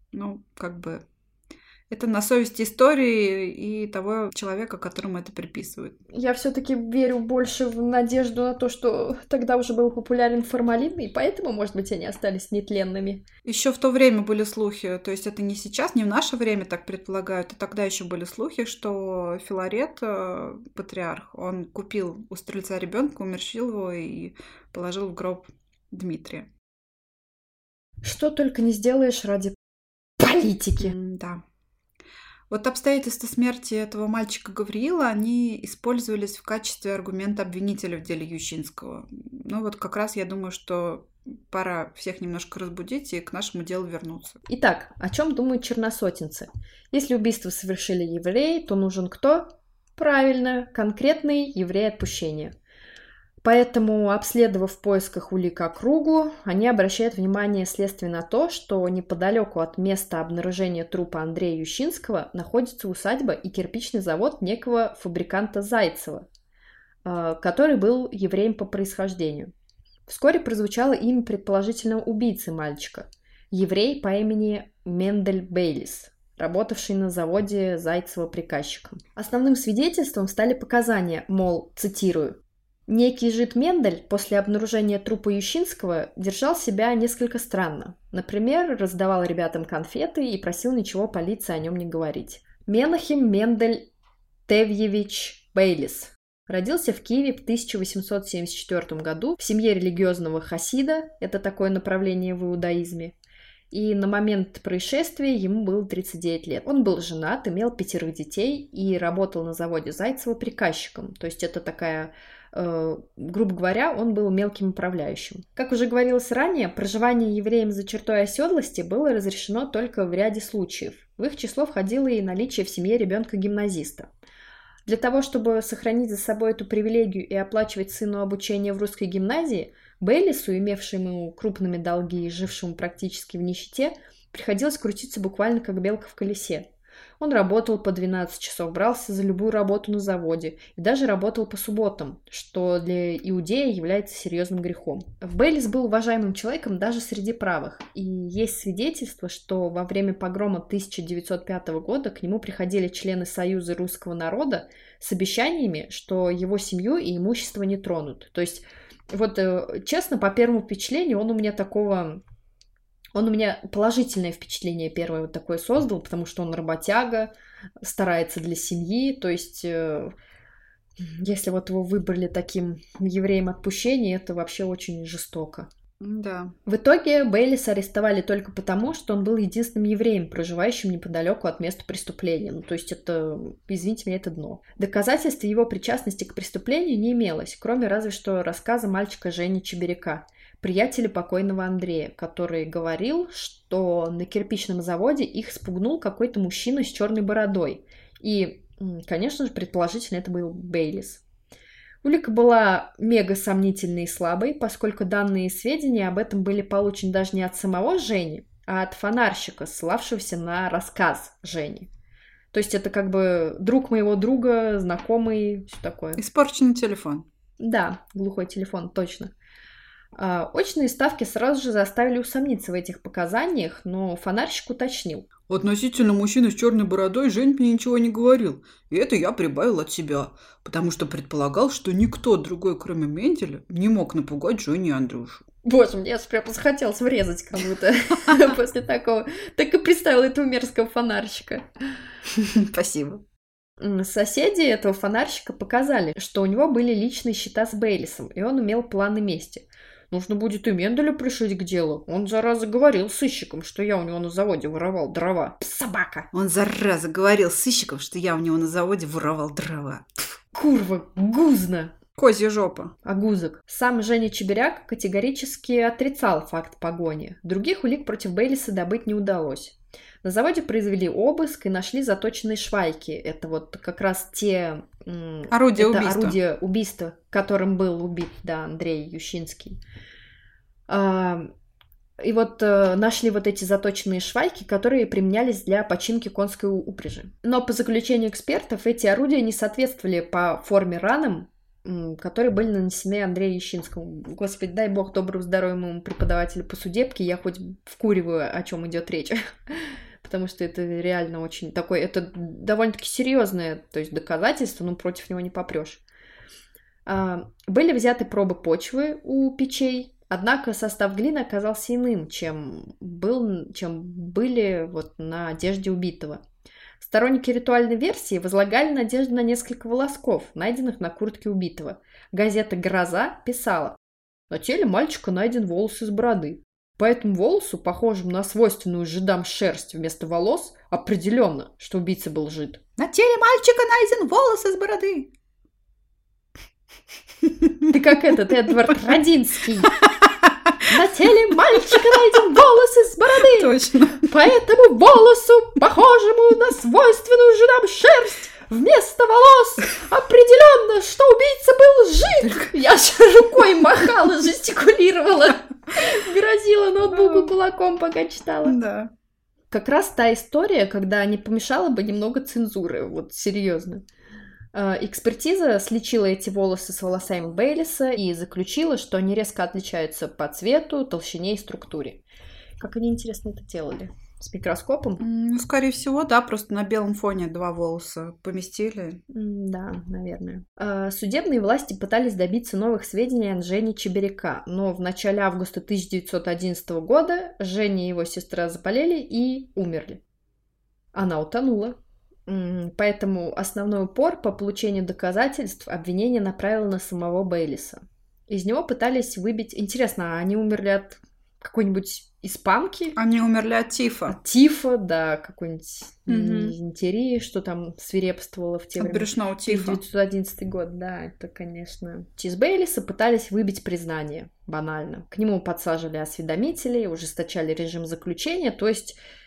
Это на совести истории и того человека, которому это приписывают. Я все-таки верю больше в надежду на то, что тогда уже был популярен формалин, и поэтому, может быть, они остались нетленными. Еще в то время были слухи, то есть это не сейчас, не в наше время так предполагают, а тогда еще были слухи, что Филарет, патриарх, он купил у стрельца ребенка, умерщвил его и положил в гроб Дмитрия. Что только не сделаешь ради политики. Да. Вот обстоятельства смерти этого мальчика Гавриила, они использовались в качестве аргумента обвинителя в деле Ющинского. Как раз я думаю, что пора всех немножко разбудить и к нашему делу вернуться. Итак, о чем думают черносотенцы? Если убийство совершили евреи, то нужен кто? Правильно, конкретный еврей отпущения. Поэтому, обследовав в поисках улик округу, они обращают внимание следствия на то, что неподалеку от места обнаружения трупа Андрея Ющинского находится усадьба и кирпичный завод некого фабриканта Зайцева, который был евреем по происхождению. Вскоре прозвучало имя предположительного убийцы мальчика, еврей по имени Мендель Бейлис, работавший на заводе Зайцева приказчиком. Основным свидетельством стали показания, мол, цитирую, «Некий жид Мендель после обнаружения трупа Ющинского держал себя несколько странно. Например, раздавал ребятам конфеты и просил ничего полиции о нем не говорить. Менахем Мендель Тевьевич Бейлис родился в Киеве в 1874 году в семье религиозного хасида, это такое направление в иудаизме, и на момент происшествия ему было 39 лет. Он был женат, имел 5 детей и работал на заводе Зайцева приказчиком, то есть это такая... грубо говоря, он был мелким управляющим. Как уже говорилось ранее, проживание евреям за чертой оседлости было разрешено только в ряде случаев. В их число входило и наличие в семье ребенка-гимназиста. Для того, чтобы сохранить за собой эту привилегию и оплачивать сыну обучение в русской гимназии, Бейлису, имевшему крупными долги и жившему практически в нищете, приходилось крутиться буквально как белка в колесе. Он работал по 12 часов, брался за любую работу на заводе и даже работал по субботам, что для иудея является серьезным грехом. Бейлис был уважаемым человеком даже среди правых, и есть свидетельство, что во время погрома 1905 года к нему приходили члены Союза русского народа с обещаниями, что его семью и имущество не тронут. То есть, вот честно, по первому впечатлению он у меня положительное впечатление первое вот такое создал, потому что он работяга, старается для семьи, то есть если вот его выбрали таким евреем отпущения, это вообще очень жестоко. Да. В итоге Бейлиса арестовали только потому, что он был единственным евреем, проживающим неподалеку от места преступления. Ну, то есть это, извините меня, это дно. Доказательств его причастности к преступлению не имелось, кроме разве что рассказа мальчика Жени Чеберяка, приятеля покойного Андрея, который говорил, что на кирпичном заводе их спугнул какой-то мужчина с черной бородой. И, конечно же, предположительно, это был Бейлис. Улика была мега сомнительной и слабой, поскольку данные сведения об этом были получены даже не от самого Жени, а от фонарщика, ссылавшегося на рассказ Жени. То есть это как бы друг моего друга, знакомый, все такое. Испорченный телефон. Да, глухой телефон, точно. Очные ставки сразу же заставили усомниться в этих показаниях, но фонарщик уточнил. Относительно мужчины с черной бородой Жень мне ничего не говорил, и это я прибавил от себя, потому что предполагал, что никто другой, кроме Менделя, не мог напугать Женю и Андрюшу. Боже, мне прям захотелось врезать кому-то после такого. Так и представила этого мерзкого фонарщика. Спасибо. Соседи этого фонарщика показали, что у него были личные счета с Бейлисом, и он имел планы мести. Нужно будет и Менделя пришить к делу. Он, зараза, говорил сыщикам, что я у него на заводе воровал дрова. Собака! Он, зараза, говорил сыщикам, что я у него на заводе воровал дрова. Курва, гузно! Козья жопа. Огузок. Сам Женя Чеберяк категорически отрицал факт погони. Других улик против Бейлиса добыть не удалось. На заводе произвели обыск и нашли заточенные швайки. Это вот как раз те... орудия убийства, которым был убит, да, Андрей Ющинский. И вот нашли вот эти заточенные швайки, которые применялись для починки конской упряжи. Но по заключению экспертов, эти орудия не соответствовали по форме ранам, которые были нанесены Андрею Ещинскому. Господи, дай бог доброго здоровья моему преподавателю по судебке, я хоть вкуриваю, о чем идет речь. Потому что это реально очень такое, это довольно-таки серьезное, то есть доказательство, но против него не попрешь. Были взяты пробы почвы у печей, однако состав глины оказался иным, чем были вот на одежде убитого. Сторонники ритуальной версии возлагали надежду на несколько волосков, найденных на куртке убитого. Газета «Гроза» писала: «На теле мальчика найден волос из бороды. По этому волосу, похожему на свойственную жидам шерсть вместо волос, определенно, что убийца был жид». На теле мальчика найден волос из бороды. Ты как ты Эдвард Радинский. На теле мальчика найден волос из бороды. Точно. По этому волосу, похожему на свойственную жидам шерсть, вместо волос определенно, что убийца был жид. Я же рукой махала, жестикулировала, грозила ноутбуку кулаком, пока читала. Да. Как раз та история, когда не помешало бы немного цензуры, вот серьезно. Экспертиза сличила эти волосы с волосами Бейлиса и заключила, что они резко отличаются по цвету, толщине и структуре. Как они, интересно, это делали? С микроскопом? Ну, скорее всего, да, просто на белом фоне 2 волоса поместили. Да, наверное. Судебные власти пытались добиться новых сведений о Жене Чеберяка, но в начале августа 1911 года Женя и его сестра заболели и умерли. Она утонула. Поэтому основной упор по получению доказательств обвинение направило на самого Бейлиса. Из него пытались выбить... Интересно, а они умерли от какой-нибудь испанки? Они умерли от тифа. От тифа, да, какой-нибудь дизентерии, что там свирепствовало в те времена. От брюшного тифа. 1911 год, да, это, конечно. Из Бейлиса пытались выбить признание, банально. К нему подсаживали осведомителей, ужесточали режим заключения, то есть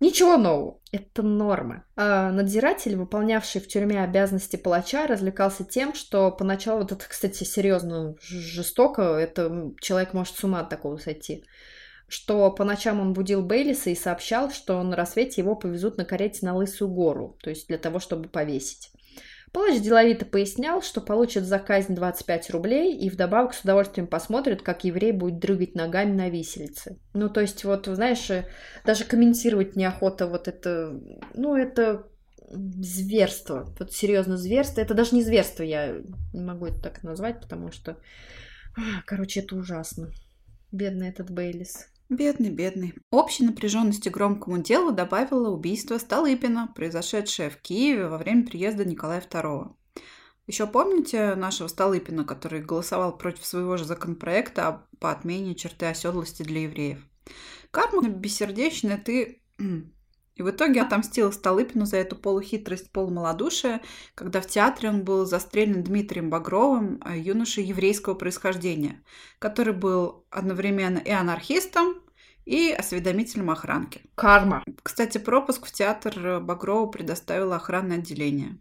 Ничего нового. Это норма. А надзиратель, выполнявший в тюрьме обязанности палача, развлекался тем, что поначалу, вот это, кстати, серьезно жестоко, это человек может с ума от такого сойти, что по ночам он будил Бейлиса и сообщал, что на рассвете его повезут на карете на Лысую гору, то есть для того, чтобы повесить. Палач деловито пояснял, что получит за казнь 25 рублей и вдобавок с удовольствием посмотрит, как еврей будет дрыгать ногами на виселице. Ну, то есть, вот, знаешь, даже комментировать неохота вот это... Ну, это зверство. Вот серьезно зверство. Это даже не зверство, я не могу это так назвать, потому что... Короче, это ужасно. Бедный этот Бейлис. Бедный, бедный. Общей напряженности громкому делу добавило убийство Столыпина, произошедшее в Киеве во время приезда Николая II. Еще помните нашего Столыпина, который голосовал против своего же законопроекта по отмене черты оседлости для евреев? Карма бессердечная, ты... И в итоге отомстила Столыпину за эту полухитрость, полумалодушие, когда в театре он был застрелен Дмитрием Багровым, юношей еврейского происхождения, который был одновременно и анархистом, и осведомителем охранки. Карма. Кстати, пропуск в театр Багрову предоставило охранное отделение.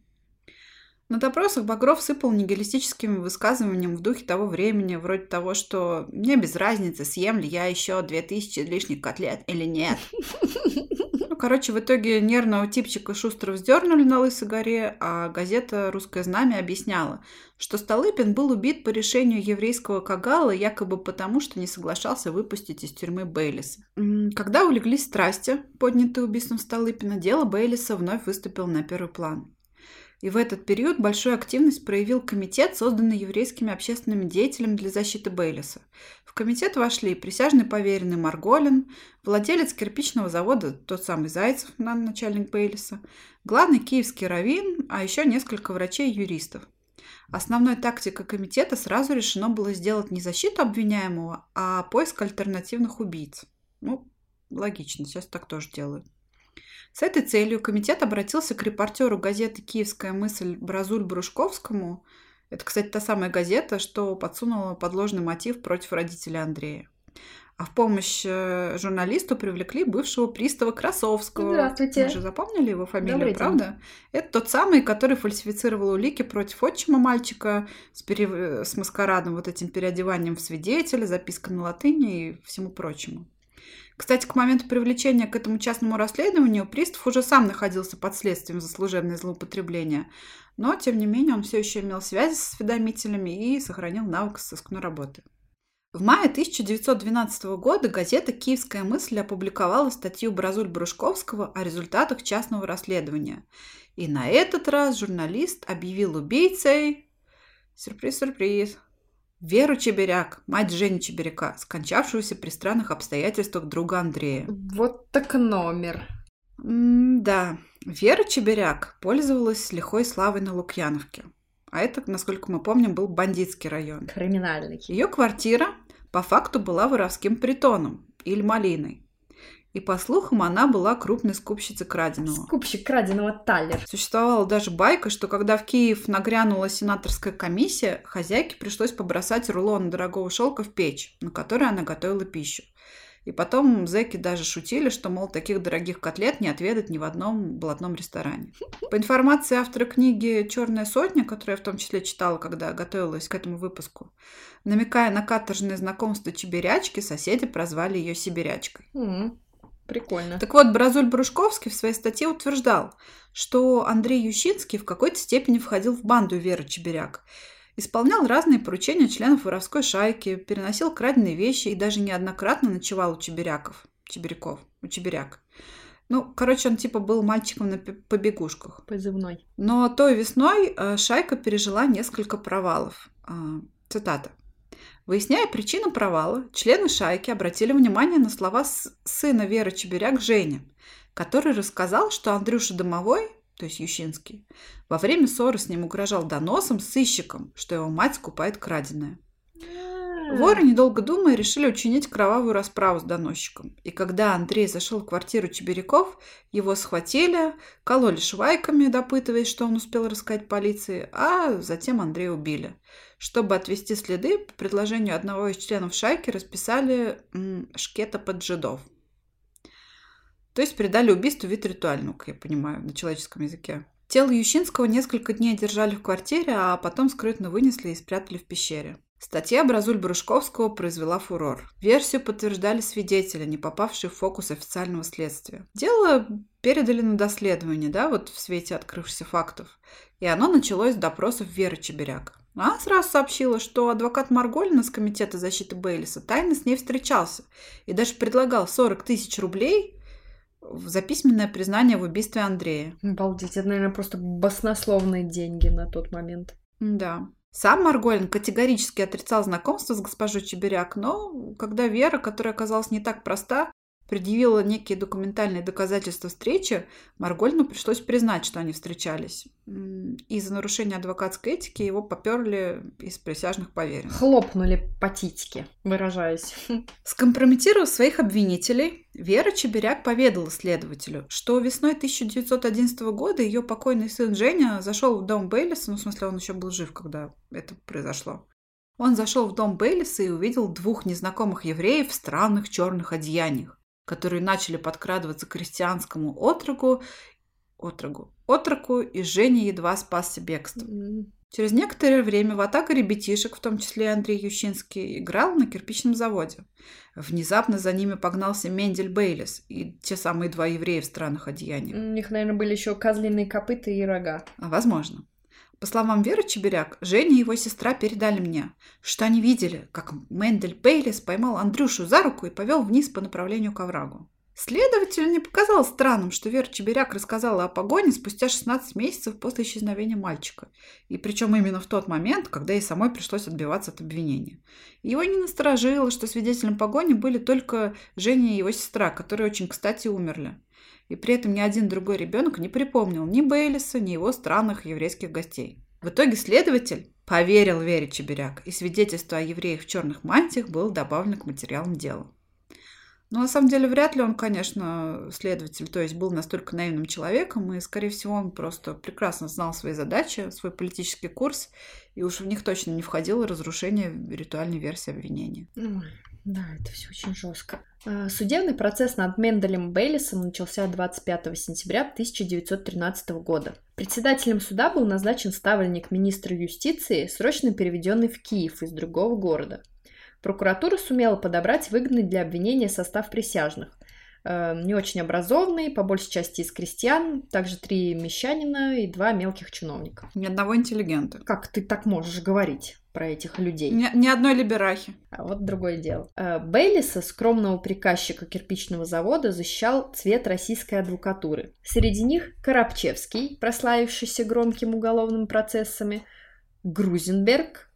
На допросах Багров сыпал нигилистическими высказываниями в духе того времени, вроде того, что «мне без разницы, съем ли я еще 2000 лишних котлет или нет». Короче, в итоге нервного типчика шустро вздернули на Лысой горе, а газета «Русское знамя» объясняла, что Столыпин был убит по решению еврейского кагала якобы потому, что не соглашался выпустить из тюрьмы Бейлиса. Когда улеглись страсти, поднятые убийством Столыпина, дело Бейлиса вновь выступило на первый план. И в этот период большую активность проявил комитет, созданный еврейскими общественными деятелями для защиты Бейлиса. В комитет вошли присяжный поверенный Марголин, владелец кирпичного завода, тот самый Зайцев, начальник Бейлиса, главный киевский раввин, а еще несколько врачей и юристов. Основной тактикой комитета сразу решено было сделать не защиту обвиняемого, а поиск альтернативных убийц. Логично, сейчас так тоже делают. С этой целью комитет обратился к репортеру газеты «Киевская мысль» Бразуль Брушковскому. Это, кстати, та самая газета, что подсунула подложный мотив против родителей Андрея. А в помощь журналисту привлекли бывшего пристава Красовского. Здравствуйте. Вы же запомнили его фамилию, Добрый правда? день. Это тот самый, который фальсифицировал улики против отчима мальчика с маскарадом, вот этим переодеванием в свидетеля, запиской на латыни и всему прочему. Кстати, к моменту привлечения к этому частному расследованию пристав уже сам находился под следствием за служебное злоупотребление, но, тем не менее, он все еще имел связи с осведомителями и сохранил навык сыскной работы. В мае 1912 года газета «Киевская мысль» опубликовала статью Бразуль-Брушковского о результатах частного расследования. И на этот раз журналист объявил убийцей... Сюрприз-сюрприз! Веру Чеберяк, мать Жени Чеберяка, скончавшегося при странных обстоятельствах друга Андрея. Вот так номер. Да, Вера Чеберяк пользовалась лихой славой на Лукьяновке. А это, насколько мы помним, был бандитский район. Криминальный. Ее квартира по факту была воровским притоном или малиной. И, по слухам, она была крупной скупщицей краденого. Скупщик краденого Таллер. Существовала даже байка, что когда в Киев нагрянула сенаторская комиссия, хозяйке пришлось побросать рулон дорогого шелка в печь, на которой она готовила пищу. И потом зэки даже шутили, что, мол, таких дорогих котлет не отведать ни в одном блатном ресторане. По информации автора книги «Черная сотня», которую я в том числе читала, когда готовилась к этому выпуску, намекая на каторжное знакомство Чеберячки, соседи прозвали ее Сибирячкой. Прикольно. Так вот, Бразуль Брушковский в своей статье утверждал, что Андрей Ющинский в какой-то степени входил в банду Веры Чеберяк, исполнял разные поручения членов воровской шайки, переносил краденые вещи и даже неоднократно ночевал у Чеберяк. Он типа был мальчиком на побегушках. Позывной. Но той весной шайка пережила несколько провалов. Цитата. Выясняя причину провала, члены шайки обратили внимание на слова сына Веры Чеберяк Жени, который рассказал, что Андрюша Домовой, то есть Ющинский, во время ссоры с ним угрожал доносом сыщикам, что его мать скупает краденое. Воры, недолго думая, решили учинить кровавую расправу с доносчиком. И когда Андрей зашел в квартиру Чеберяков, его схватили, кололи швайками, допытываясь, что он успел рассказать полиции, а затем Андрея убили. Чтобы отвести следы, по предложению одного из членов шайки расписали шкета под жидов. То есть придали убийству вид ритуального, как я понимаю, на человеческом языке. Тело Ющинского несколько дней держали в квартире, а потом скрытно вынесли и спрятали в пещере. Статья Бразуль-Барышковского произвела фурор. Версию подтверждали свидетели, не попавшие в фокус официального следствия. Дело передали на доследование, в свете открывшихся фактов. И оно началось с допросов Веры Чеберяк. Она сразу сообщила, что адвокат Марголина с Комитета защиты Бейлиса тайно с ней встречался и даже предлагал 40 000 рублей за письменное признание в убийстве Андрея. Обалдеть, это, наверное, просто баснословные деньги на тот момент. Да. Сам Марголин категорически отрицал знакомство с госпожой Чеберяк, но когда Вера, которая оказалась не так проста, предъявила некие документальные доказательства встречи, Марголину пришлось признать, что они встречались. И за нарушение адвокатской этики его поперли из присяжных поверенных. Хлопнули по титьке, выражаясь. Скомпрометировав своих обвинителей, Вера Чеберяк поведала следователю, что весной 1911 года ее покойный сын Женя зашел в дом Бейлиса, в смысле он еще был жив, когда это произошло. Он зашел в дом Бейлиса и увидел 2 незнакомых евреев в странных черных одеяниях, которые начали подкрадываться к крестьянскому отроку, и Женя едва спасся бегством. Через некоторое время ватага ребятишек, в том числе и Андрей Ющинский, играл на кирпичном заводе. Внезапно за ними погнался Мендель Бейлис и те самые 2 еврея в странных одеяниях. У них, наверное, были еще козлиные копыта и рога. Возможно. По словам Веры Чеберяк, Женя и его сестра передали мне, что они видели, как Мендель Бейлис поймал Андрюшу за руку и повел вниз по направлению к оврагу. Следователю не показалось странным, что Вера Чеберяк рассказала о погоне спустя 16 месяцев после исчезновения мальчика. И причем именно в тот момент, когда ей самой пришлось отбиваться от обвинения. Его не насторожило, что свидетелем погони были только Женя и его сестра, которые очень кстати умерли. И при этом ни один другой ребенок не припомнил ни Бейлиса, ни его странных еврейских гостей. В итоге следователь поверил Вере Чеберяк, и свидетельство о евреях в черных мантиях было добавлено к материалам дела. Но на самом деле вряд ли он, конечно, следователь, то есть был настолько наивным человеком, и, скорее всего, он просто прекрасно знал свои задачи, свой политический курс, и уж в них точно не входило разрушение ритуальной версии обвинения. Да, это все очень жестко. Судебный процесс над Менделем Бейлисом начался 25 сентября 1913 года. Председателем суда был назначен ставленник министра юстиции, срочно переведенный в Киев из другого города. Прокуратура сумела подобрать выгодный для обвинения состав присяжных. Не очень образованный, по большей части из крестьян, также 3 мещанина и 2 мелких чиновника. Ни одного интеллигента. Как ты так можешь говорить про этих людей? Ни одной либерахи. А вот другое дело. Бейлиса, скромного приказчика кирпичного завода, защищал цвет российской адвокатуры. Среди них Коробчевский, прославившийся громкими уголовными процессами, Грузенберг,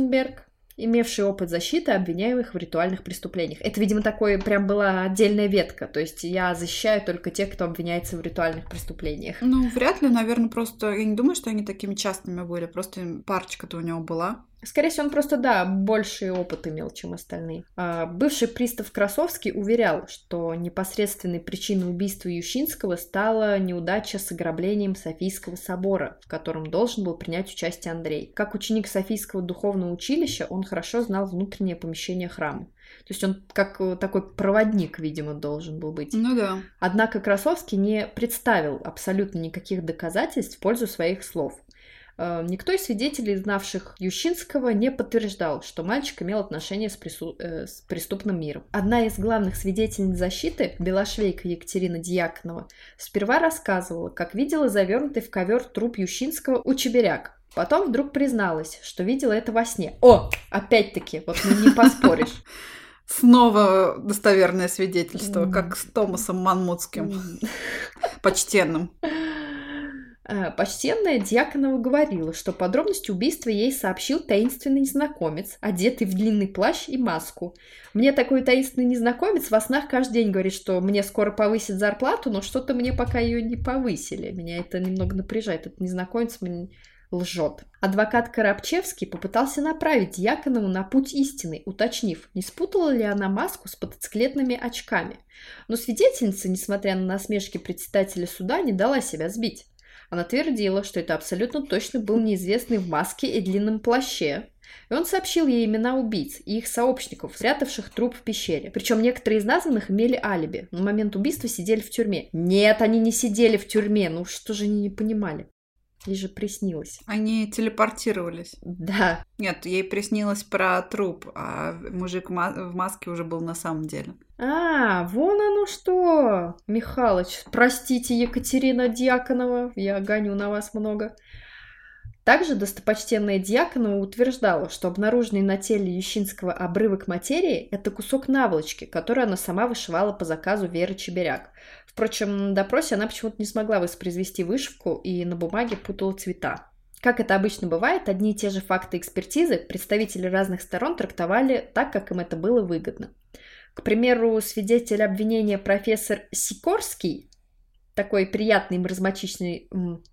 имевший опыт защиты обвиняемых в ритуальных преступлениях. Это, видимо, такое прям была отдельная ветка. То есть я защищаю только тех, кто обвиняется в ритуальных преступлениях. Ну, вряд ли, наверное, просто... Я не думаю, что они такими частными были. Просто парочка-то у него была. Скорее всего, он просто, больший опыт имел, чем остальные. Бывший пристав Красовский уверял, что непосредственной причиной убийства Ющинского стала неудача с ограблением Софийского собора, в котором должен был принять участие Андрей. Как ученик Софийского духовного училища, он хорошо знал внутреннее помещение храма. То есть он как такой проводник, видимо, должен был быть. Ну да. Однако Красовский не представил абсолютно никаких доказательств в пользу своих слов. Никто из свидетелей, знавших Ющинского, не подтверждал, что мальчик имел отношение с преступным миром. Одна из главных свидетельниц защиты, белошвейка Екатерина Дьяконова, сперва рассказывала, как видела завернутый в ковер труп Ющинского у Чеберяк. Потом вдруг призналась, что видела это во сне. Опять-таки, вот не поспоришь. Снова достоверное свидетельство, как с Томасом Манмутским, почтенным. Почтенная Дьяконова говорила, что подробности убийства ей сообщил таинственный незнакомец, одетый в длинный плащ и маску. Мне такой таинственный незнакомец во снах каждый день говорит, что мне скоро повысят зарплату, но что-то мне пока ее не повысили. Меня это немного напряжает. Этот незнакомец мне лжет. Адвокат Коробчевский попытался направить Дьяконову на путь истины, уточнив, не спутала ли она маску с мотоциклетными очками. Но свидетельница, несмотря на насмешки председателя суда, не дала себя сбить. Она твердила, что это абсолютно точно был неизвестный в маске и длинном плаще. И он сообщил ей имена убийц и их сообщников, спрятавших труп в пещере. Причем некоторые из названных имели алиби. На момент убийства сидели в тюрьме. Нет, они не сидели в тюрьме. Ну что же они не понимали? Ей же приснилось. Они телепортировались. Да. Нет, ей приснилось про труп, а мужик в маске уже был на самом деле. А, вон оно что! Михалыч, простите, Екатерина Дьяконова, я гоню на вас много. Также достопочтенная Дьяконова утверждала, что обнаруженный на теле Ющинского обрывок материи – это кусок наволочки, который она сама вышивала по заказу Веры Чеберяк. Впрочем, на допросе она почему-то не смогла воспроизвести вышивку и на бумаге путала цвета. Как это обычно бывает, одни и те же факты экспертизы представители разных сторон трактовали так, как им это было выгодно. К примеру, свидетель обвинения профессор Сикорский, такой приятный маразматичный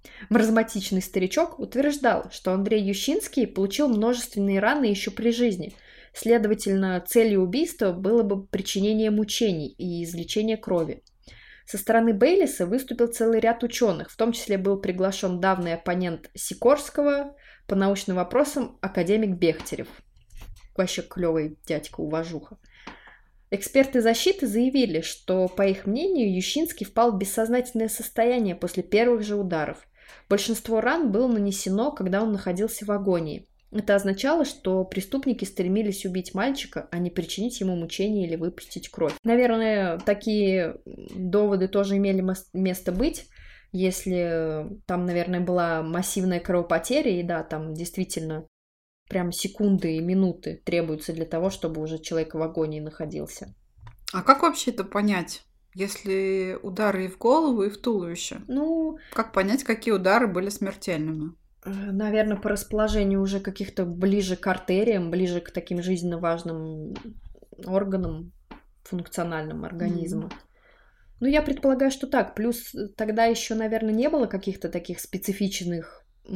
старичок, утверждал, что Андрей Ющинский получил множественные раны еще при жизни. Следовательно, целью убийства было бы причинение мучений и извлечение крови. Со стороны Бейлиса выступил целый ряд ученых, в том числе был приглашен давний оппонент Сикорского по научным вопросам академик Бехтерев. Вообще клевый дядька, уважуха. Эксперты защиты заявили, что, по их мнению, Ющинский впал в бессознательное состояние после первых же ударов. Большинство ран было нанесено, когда он находился в агонии. Это означало, что преступники стремились убить мальчика, а не причинить ему мучения или выпустить кровь. Наверное, такие доводы тоже имели место быть, если там, наверное, была массивная кровопотеря, и да, там действительно прям секунды и минуты требуются для того, чтобы уже человек в агонии находился. А как вообще это понять? Если удары и в голову, и в туловище? Ну, как понять, какие удары были смертельными? Наверное, по расположению уже каких-то ближе к артериям, ближе к таким жизненно важным органам, функциональным организма. Ну, я предполагаю, что так. Плюс тогда еще, наверное, не было каких-то таких специфических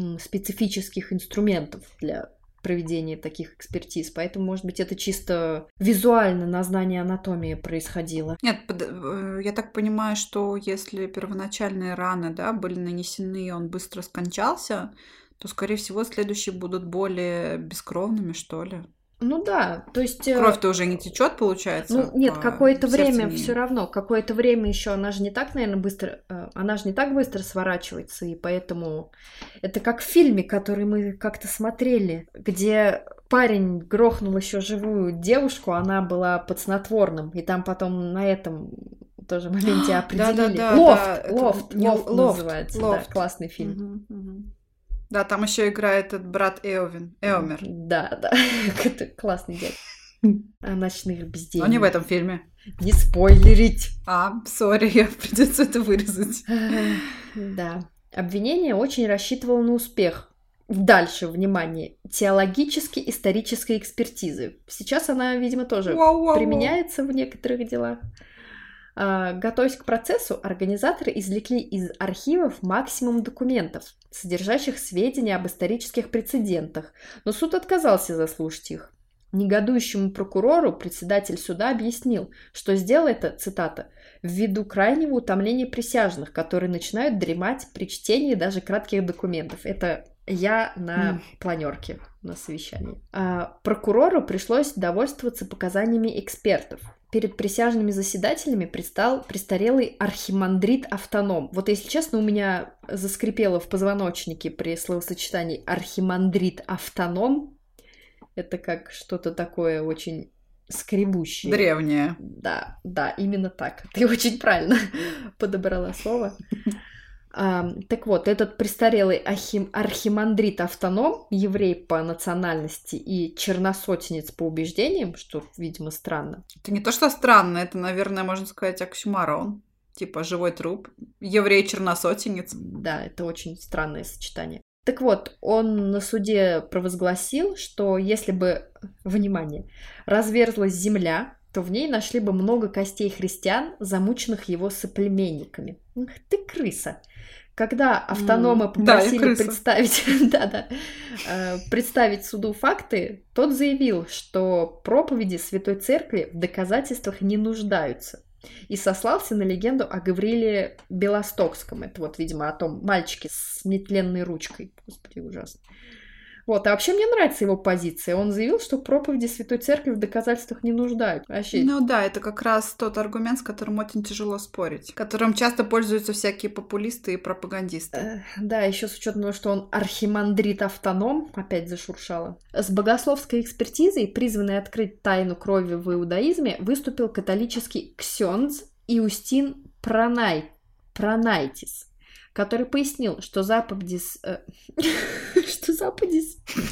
инструментов для проведения таких экспертиз. Поэтому, может быть, это чисто визуально на знание анатомии происходило. Нет, я так понимаю, что если первоначальные раны, да, были нанесены, и он быстро скончался, то, скорее всего, следующие будут более бескровными, что ли. Ну да, то есть... Кровь-то уже не течет, получается? Ну нет, какое-то время все равно, какое-то время еще она же не так, наверное, быстро, она же не так быстро сворачивается, и поэтому это как в фильме, который мы как-то смотрели, где парень грохнул еще живую девушку, она была под снотворным, и там потом на этом тоже моменте определили. Лофт называется, да, классный фильм. Да, там еще играет этот брат Эомер. Да, это классный дядя. Ночных бездельников. Но не в этом фильме. Не спойлерить. Сори, придется это вырезать. Да. Обвинение очень рассчитывало на успех. Дальше, внимание, теологически-исторической экспертизы. Сейчас она, видимо, тоже применяется в некоторых делах. Готовясь к процессу, организаторы извлекли из архивов максимум документов, содержащих сведения об исторических прецедентах, но суд отказался заслушать их. Негодующему прокурору председатель суда объяснил, что сделал это, цитата, «ввиду крайнего утомления присяжных, которые начинают дремать при чтении даже кратких документов». Это я на планерке, на совещании. Прокурору пришлось довольствоваться показаниями экспертов. Перед присяжными заседателями предстал престарелый архимандрит-автоном. Вот, если честно, у меня заскрипело в позвоночнике при словосочетании архимандрит-автоном. Это как что-то такое очень скребущее. Древнее. Да, именно так. Ты очень правильно подобрала слово. Так вот, этот престарелый архимандрит-автоном, еврей по национальности и черносотенец по убеждениям, что, видимо, странно. Это не то, что странно, это, наверное, можно сказать, оксюморон. Типа живой труп, еврей-черносотенец. Да, это очень странное сочетание. Так вот, он на суде провозгласил, что если бы, внимание, разверзлась земля, то в ней нашли бы много костей христиан, замученных его соплеменниками. Ах ты крыса! Когда автонома попросили представить суду факты, тот заявил, что проповеди Святой Церкви в доказательствах не нуждаются. И сослался на легенду о Гаврииле Белостокском. Это вот, видимо, о том мальчике с нетленной ручкой. Господи, ужасно. Вот, а вообще мне нравится его позиция. Он заявил, что проповеди Святой Церкви в доказательствах не нуждают. Вообще. Ну да, это как раз тот аргумент, с которым очень тяжело спорить, которым часто пользуются всякие популисты и пропагандисты. Да, еще с учетом того, что он архимандрит-автоном, опять зашуршало. С богословской экспертизой, призванной открыть тайну крови в иудаизме, выступил католический ксёндз Иустин Пранайтис, который пояснил, что заповеди... Что заповеди?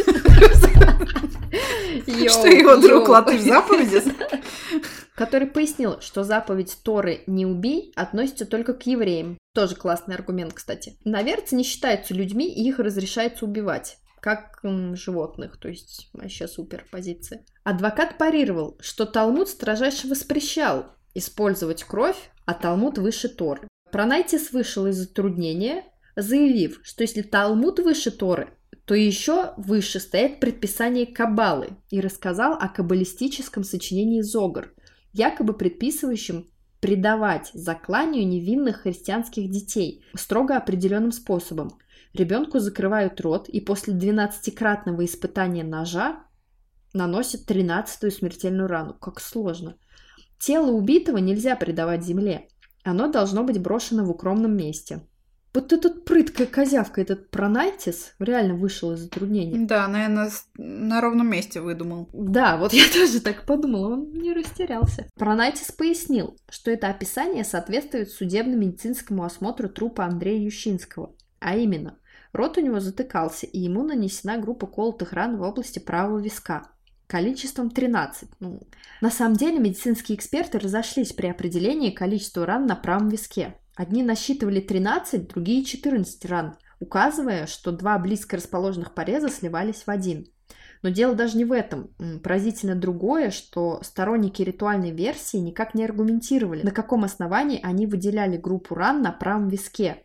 Что его друг латыш заповеди? Который пояснил, что заповедь Торы «не убей» относится только к евреям. Тоже классный аргумент, кстати. Иноверцы не считаются людьми, и их разрешается убивать, как животных, то есть вообще супер позиция. Адвокат парировал, что Талмуд строжайше воспрещал использовать кровь, а Талмуд выше Торы. Пранайтис вышел из затруднения, заявив, что если Талмуд выше Торы, то еще выше стоят предписания Каббалы, и рассказал о каббалистическом сочинении Зогар, якобы предписывающем предавать закланию невинных христианских детей строго определенным способом. Ребенку закрывают рот, и после 12-кратного испытания ножа наносят 13-ю смертельную рану. Как сложно. Тело убитого нельзя предавать земле. Оно должно быть брошено в укромном месте. Вот этот прыткая козявка, этот Пранайтис, реально вышел из затруднений. Да, наверное, на ровном месте выдумал. Да, вот я тоже так подумала, он не растерялся. Пранайтис пояснил, что это описание соответствует судебно-медицинскому осмотру трупа Андрея Ющинского. А именно, рот у него затыкался, и ему нанесена группа колотых ран в области правого виска. Количеством 13. На самом деле медицинские эксперты разошлись при определении количества ран на правом виске. Одни насчитывали 13, другие 14 ран, указывая, что два близко расположенных пореза сливались в один. Но дело даже не в этом. Поразительно другое, что сторонники ритуальной версии никак не аргументировали, на каком основании они выделяли группу ран на правом виске.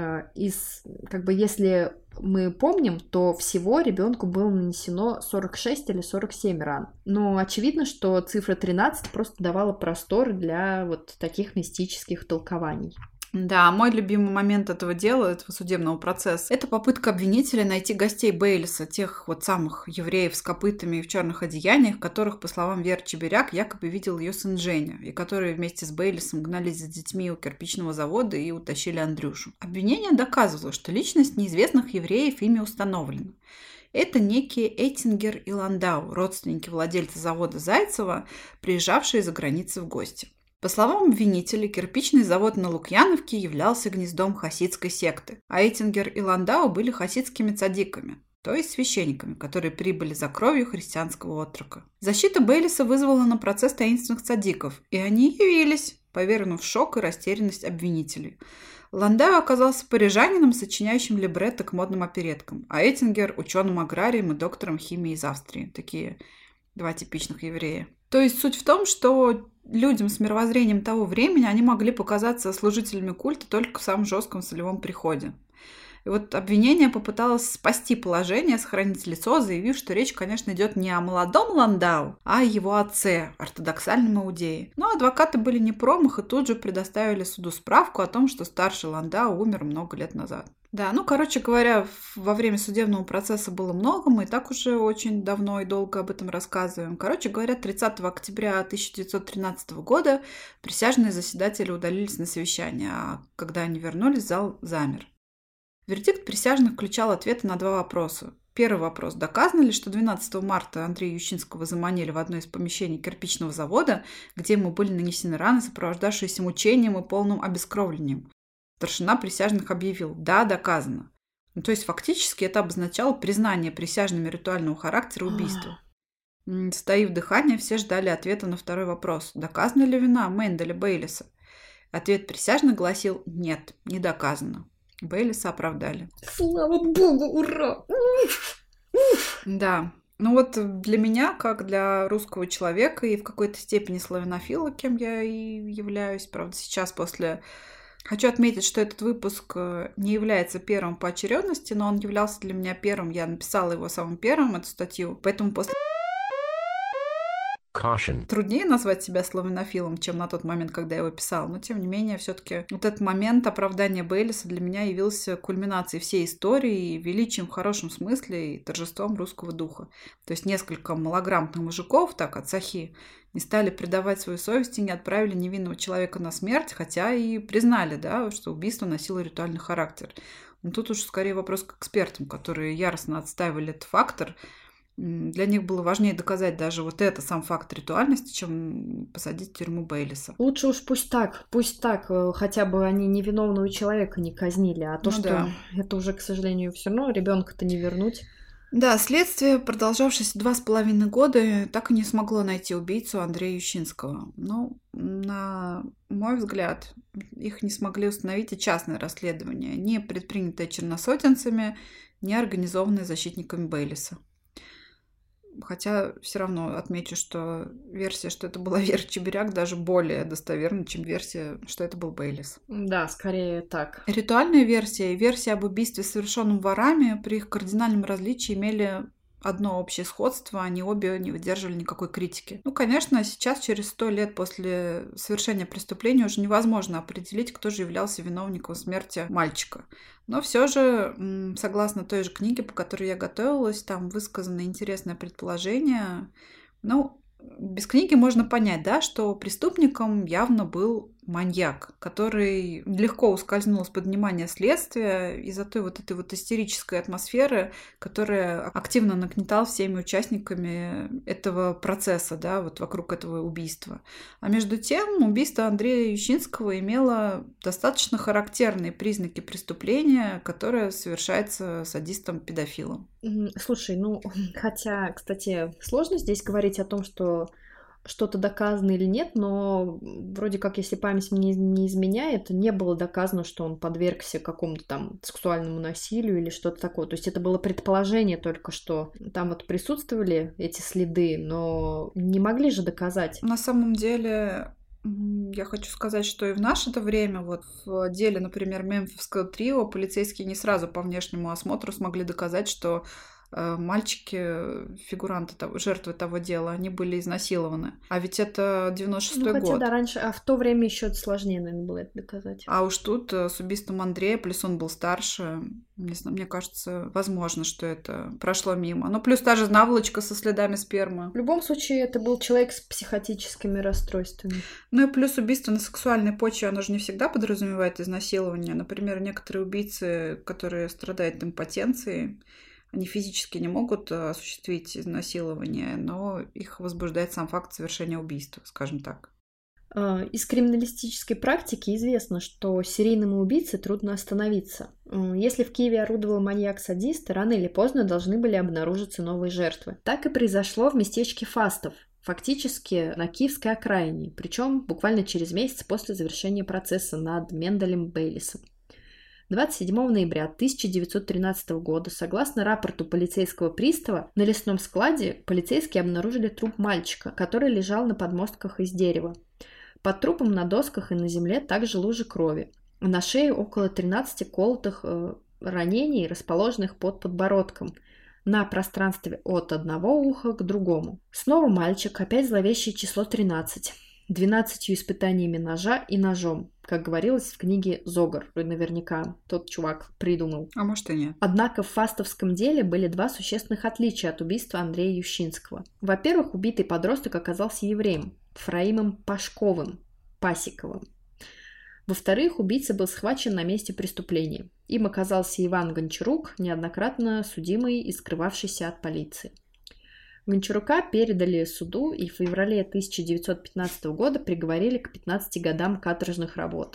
Если мы помним, то всего ребенку было нанесено 46 или 47 ран. Но очевидно, что цифра 13 просто давала простор для вот таких мистических толкований. Да, мой любимый момент этого дела, этого судебного процесса, это попытка обвинителя найти гостей Бейлиса, тех вот самых евреев с копытами и в черных одеяниях, которых, по словам Веры Чеберяк, якобы видел ее сын Женя, и которые вместе с Бейлисом гнались за детьми у кирпичного завода и утащили Андрюшу. Обвинение доказывало, что личность неизвестных евреев ими установлена. Это некие Эттингер и Ландау, родственники владельца завода Зайцева, приезжавшие из-за границы в гости. По словам обвинителей, кирпичный завод на Лукьяновке являлся гнездом хасидской секты, а Эттингер и Ландау были хасидскими цадиками, то есть священниками, которые прибыли за кровью христианского отрока. Защита Бейлиса вызвала на процесс таинственных цадиков, и они явились, повергнув в шок и растерянность обвинителей. Ландау оказался парижанином, сочиняющим либретто к модным опереткам, а Эттингер – ученым-аграрием и доктором химии из Австрии. Такие два типичных еврея. То есть суть в том, что людям с мировоззрением того времени они могли показаться служителями культа только в самом жестком солевом приходе. И вот обвинение попыталось спасти положение, сохранить лицо, заявив, что речь, конечно, идет не о молодом Ландау, а о его отце, ортодоксальном иудее. Но адвокаты были не промах и тут же предоставили суду справку о том, что старший Ландау умер много лет назад. Да, короче говоря, во время судебного процесса было много, мы и так уже очень давно и долго об этом рассказываем. Короче говоря, 30 октября 1913 года присяжные заседатели удалились на совещание, а когда они вернулись, зал замер. Вердикт присяжных включал ответы на два вопроса. Первый вопрос. Доказано ли, что 12 марта Андрея Ющинского заманили в одно из помещений кирпичного завода, где ему были нанесены раны, сопровождавшиеся мучением и полным обескровлением? Старшина присяжных объявил: да, доказано. То есть фактически это обозначало признание присяжными ритуального характера убийства. Затаив дыхание, все ждали ответа на второй вопрос. Доказана ли вина Менделя Бейлиса? Ответ присяжных гласил: нет, не доказано. Бейлиса оправдали. Слава богу, ура! Да. Для меня, как для русского человека и в какой-то степени славянофила, кем я и являюсь, правда, сейчас после... Хочу отметить, что этот выпуск не является первым по очередности, но он являлся для меня первым. Я написала его самым первым, эту статью. Поэтому после... caution. Труднее назвать себя славянофилом, чем на тот момент, когда я его писал, но тем не менее все-таки вот этот момент оправдания Бейлиса для меня явился кульминацией всей истории, величием в хорошем смысле и торжеством русского духа. То есть несколько малограмотных мужиков, так, от Сахи, не стали предавать свою совесть и не отправили невинного человека на смерть, хотя и признали, да, что убийство носило ритуальный характер. Но тут уж скорее вопрос к экспертам, которые яростно отстаивали этот фактор. Для них было важнее доказать даже вот это, сам факт ритуальности, чем посадить в тюрьму Бейлиса. Лучше уж пусть так, хотя бы они невиновного человека не казнили, а то, Ну что да. это уже, к сожалению, все равно ребенка-то не вернуть. Да, следствие, продолжавшееся 2,5 года, так и не смогло найти убийцу Андрея Ющинского. Но, на мой взгляд, их не смогли установить и частное расследование, не предпринятое черносотенцами, не организованное защитниками Бейлиса. Хотя все равно отмечу, что версия, что это была Вера Чеберяк, даже более достоверна, чем версия, что это был Бейлис. Да, скорее так. Ритуальная версия и версия об убийстве, совершенном ворами, при их кардинальном различии имели одно общее сходство, они обе не выдерживали никакой критики. Ну, конечно, сейчас, через 100 лет после совершения преступления, уже невозможно определить, кто же являлся виновником смерти мальчика. Но все же, согласно той же книге, по которой я готовилась, там высказано интересное предположение. Ну, без книги можно понять, да, что преступником явно был маньяк, который легко ускользнул из-под внимания следствия из-за той вот этой вот истерической атмосферы, которая активно нагнетала всеми участниками этого процесса, да, вот вокруг этого убийства. А между тем, убийство Андрея Ющинского имело достаточно характерные признаки преступления, которое совершается садистом-педофилом. Слушай, хотя, кстати, сложно здесь говорить о том, что что-то доказано или нет, но вроде как, если память мне не изменяет, не было доказано, что он подвергся какому-то там сексуальному насилию или что-то такое. То есть это было предположение только, что там вот присутствовали эти следы, но не могли же доказать. На самом деле, я хочу сказать, что и в наше-то время, вот в деле, например, Мемфисского трио, полицейские не сразу по внешнему осмотру смогли доказать, что мальчики, фигуранты, жертвы того дела, они были изнасилованы. А ведь это 96-й хотя, год. Да, раньше, а в то время еще сложнее, наверное, было это доказать. А уж тут с убийством Андрея, плюс он был старше, не знаю, мне кажется, возможно, что это прошло мимо. Ну, плюс та же наволочка со следами спермы. В любом случае, это был человек с психотическими расстройствами. Ну и плюс убийство на сексуальной почве, оно же не всегда подразумевает изнасилование. Например, некоторые убийцы, которые страдают импотенцией, они физически не могут осуществить изнасилование, но их возбуждает сам факт совершения убийства, скажем так. Из криминалистической практики известно, что серийному убийце трудно остановиться. Если в Киеве орудовал маньяк-садист, рано или поздно должны были обнаружиться новые жертвы. Так и произошло в местечке Фастов, фактически на киевской окраине, причем буквально через месяц после завершения процесса над Менделем Бейлисом. 27 ноября 1913 года, согласно рапорту полицейского пристава, на лесном складе полицейские обнаружили труп мальчика, который лежал на подмостках из дерева. Под трупом на досках и на земле также лужи крови. На шее около 13 колотых ранений, расположенных под подбородком, на пространстве от одного уха к другому. Снова мальчик, опять зловещее число 13. 12 испытаниями ножа и ножом, как говорилось в книге Зогар. Наверняка тот чувак придумал. А может и нет. Однако в фастовском деле были два существенных отличия от убийства Андрея Ющинского. Во-первых, убитый подросток оказался евреем, Фраимом Пасиковым. Во-вторых, убийца был схвачен на месте преступления. Им оказался Иван Гончарук, неоднократно судимый и скрывавшийся от полиции. Гончарука передали суду и в феврале 1915 года приговорили к 15 годам каторжных работ.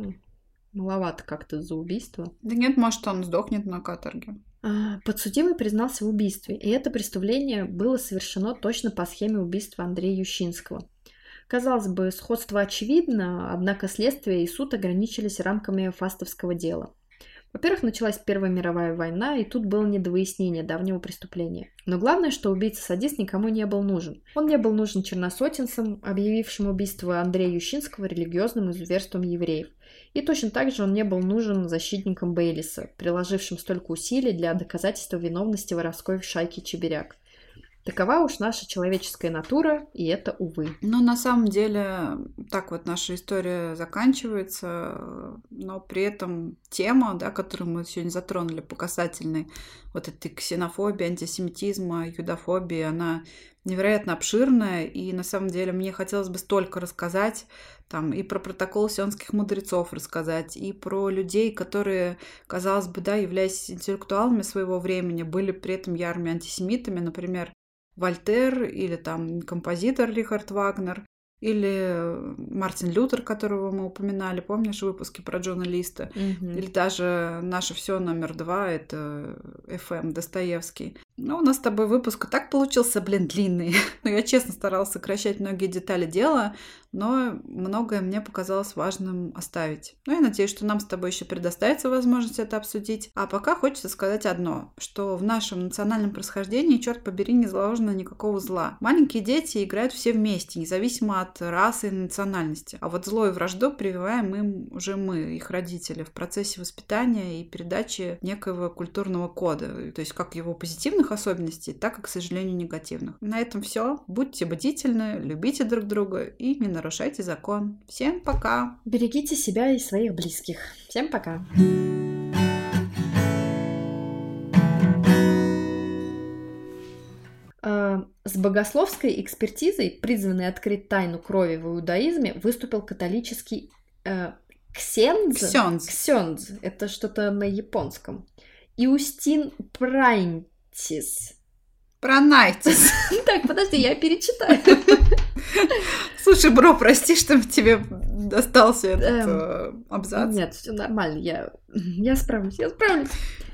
Маловато как-то за убийство. Да нет, может, он сдохнет на каторге. Подсудимый признался в убийстве, и это преступление было совершено точно по схеме убийства Андрея Ющинского. Казалось бы, сходство очевидно, однако следствие и суд ограничились рамками фастовского дела. Во-первых, началась Первая мировая война, и тут было не до выяснения давнего преступления. Но главное, что убийца-садист никому не был нужен. Он не был нужен черносотенцам, объявившим убийство Андрея Ющинского религиозным изуверством евреев. И точно так же он не был нужен защитникам Бейлиса, приложившим столько усилий для доказательства виновности воровской шайки Чеберяк. Такова уж наша человеческая натура, и это увы. Но на самом деле так вот наша история заканчивается, но при этом тема, да, которую мы сегодня затронули по касательной вот этой ксенофобии, антисемитизма, юдофобии, она невероятно обширная, и на самом деле мне хотелось бы столько рассказать, там, и про протокол сионских мудрецов рассказать, и про людей, которые, казалось бы, да, являясь интеллектуалами своего времени, были при этом ярыми антисемитами, например, Вольтер или там композитор Рихард Вагнер, или Мартин Лютер, которого мы упоминали, помнишь, в выпуске про Джона Листа, или даже «Наше все номер 2», это Ф.М. Достоевский. Ну, у нас с тобой выпуск так получился, длинный. Но я честно старалась сокращать многие детали дела, но многое мне показалось важным оставить. Ну, я надеюсь, что нам с тобой еще предоставится возможность это обсудить. А пока хочется сказать одно, что в нашем национальном происхождении, черт побери, не заложено никакого зла. Маленькие дети играют все вместе, независимо от расы и национальности. А вот зло и вражду прививаем им уже мы, их родители, в процессе воспитания и передачи некоего культурного кода. То есть как его позитивных особенностей, так и, к сожалению, негативных. На этом все. Будьте бдительны, любите друг друга и не нарушайте закон. Всем пока! Берегите себя и своих близких. Всем пока! С богословской экспертизой, призванной открыть тайну крови в иудаизме, выступил католический ксёндз. Это что-то на японском. Иустин Пранайтис. Так, подожди, я перечитаю. Слушай, бро, прости, что тебе достался этот абзац. Нет, все нормально, я справлюсь.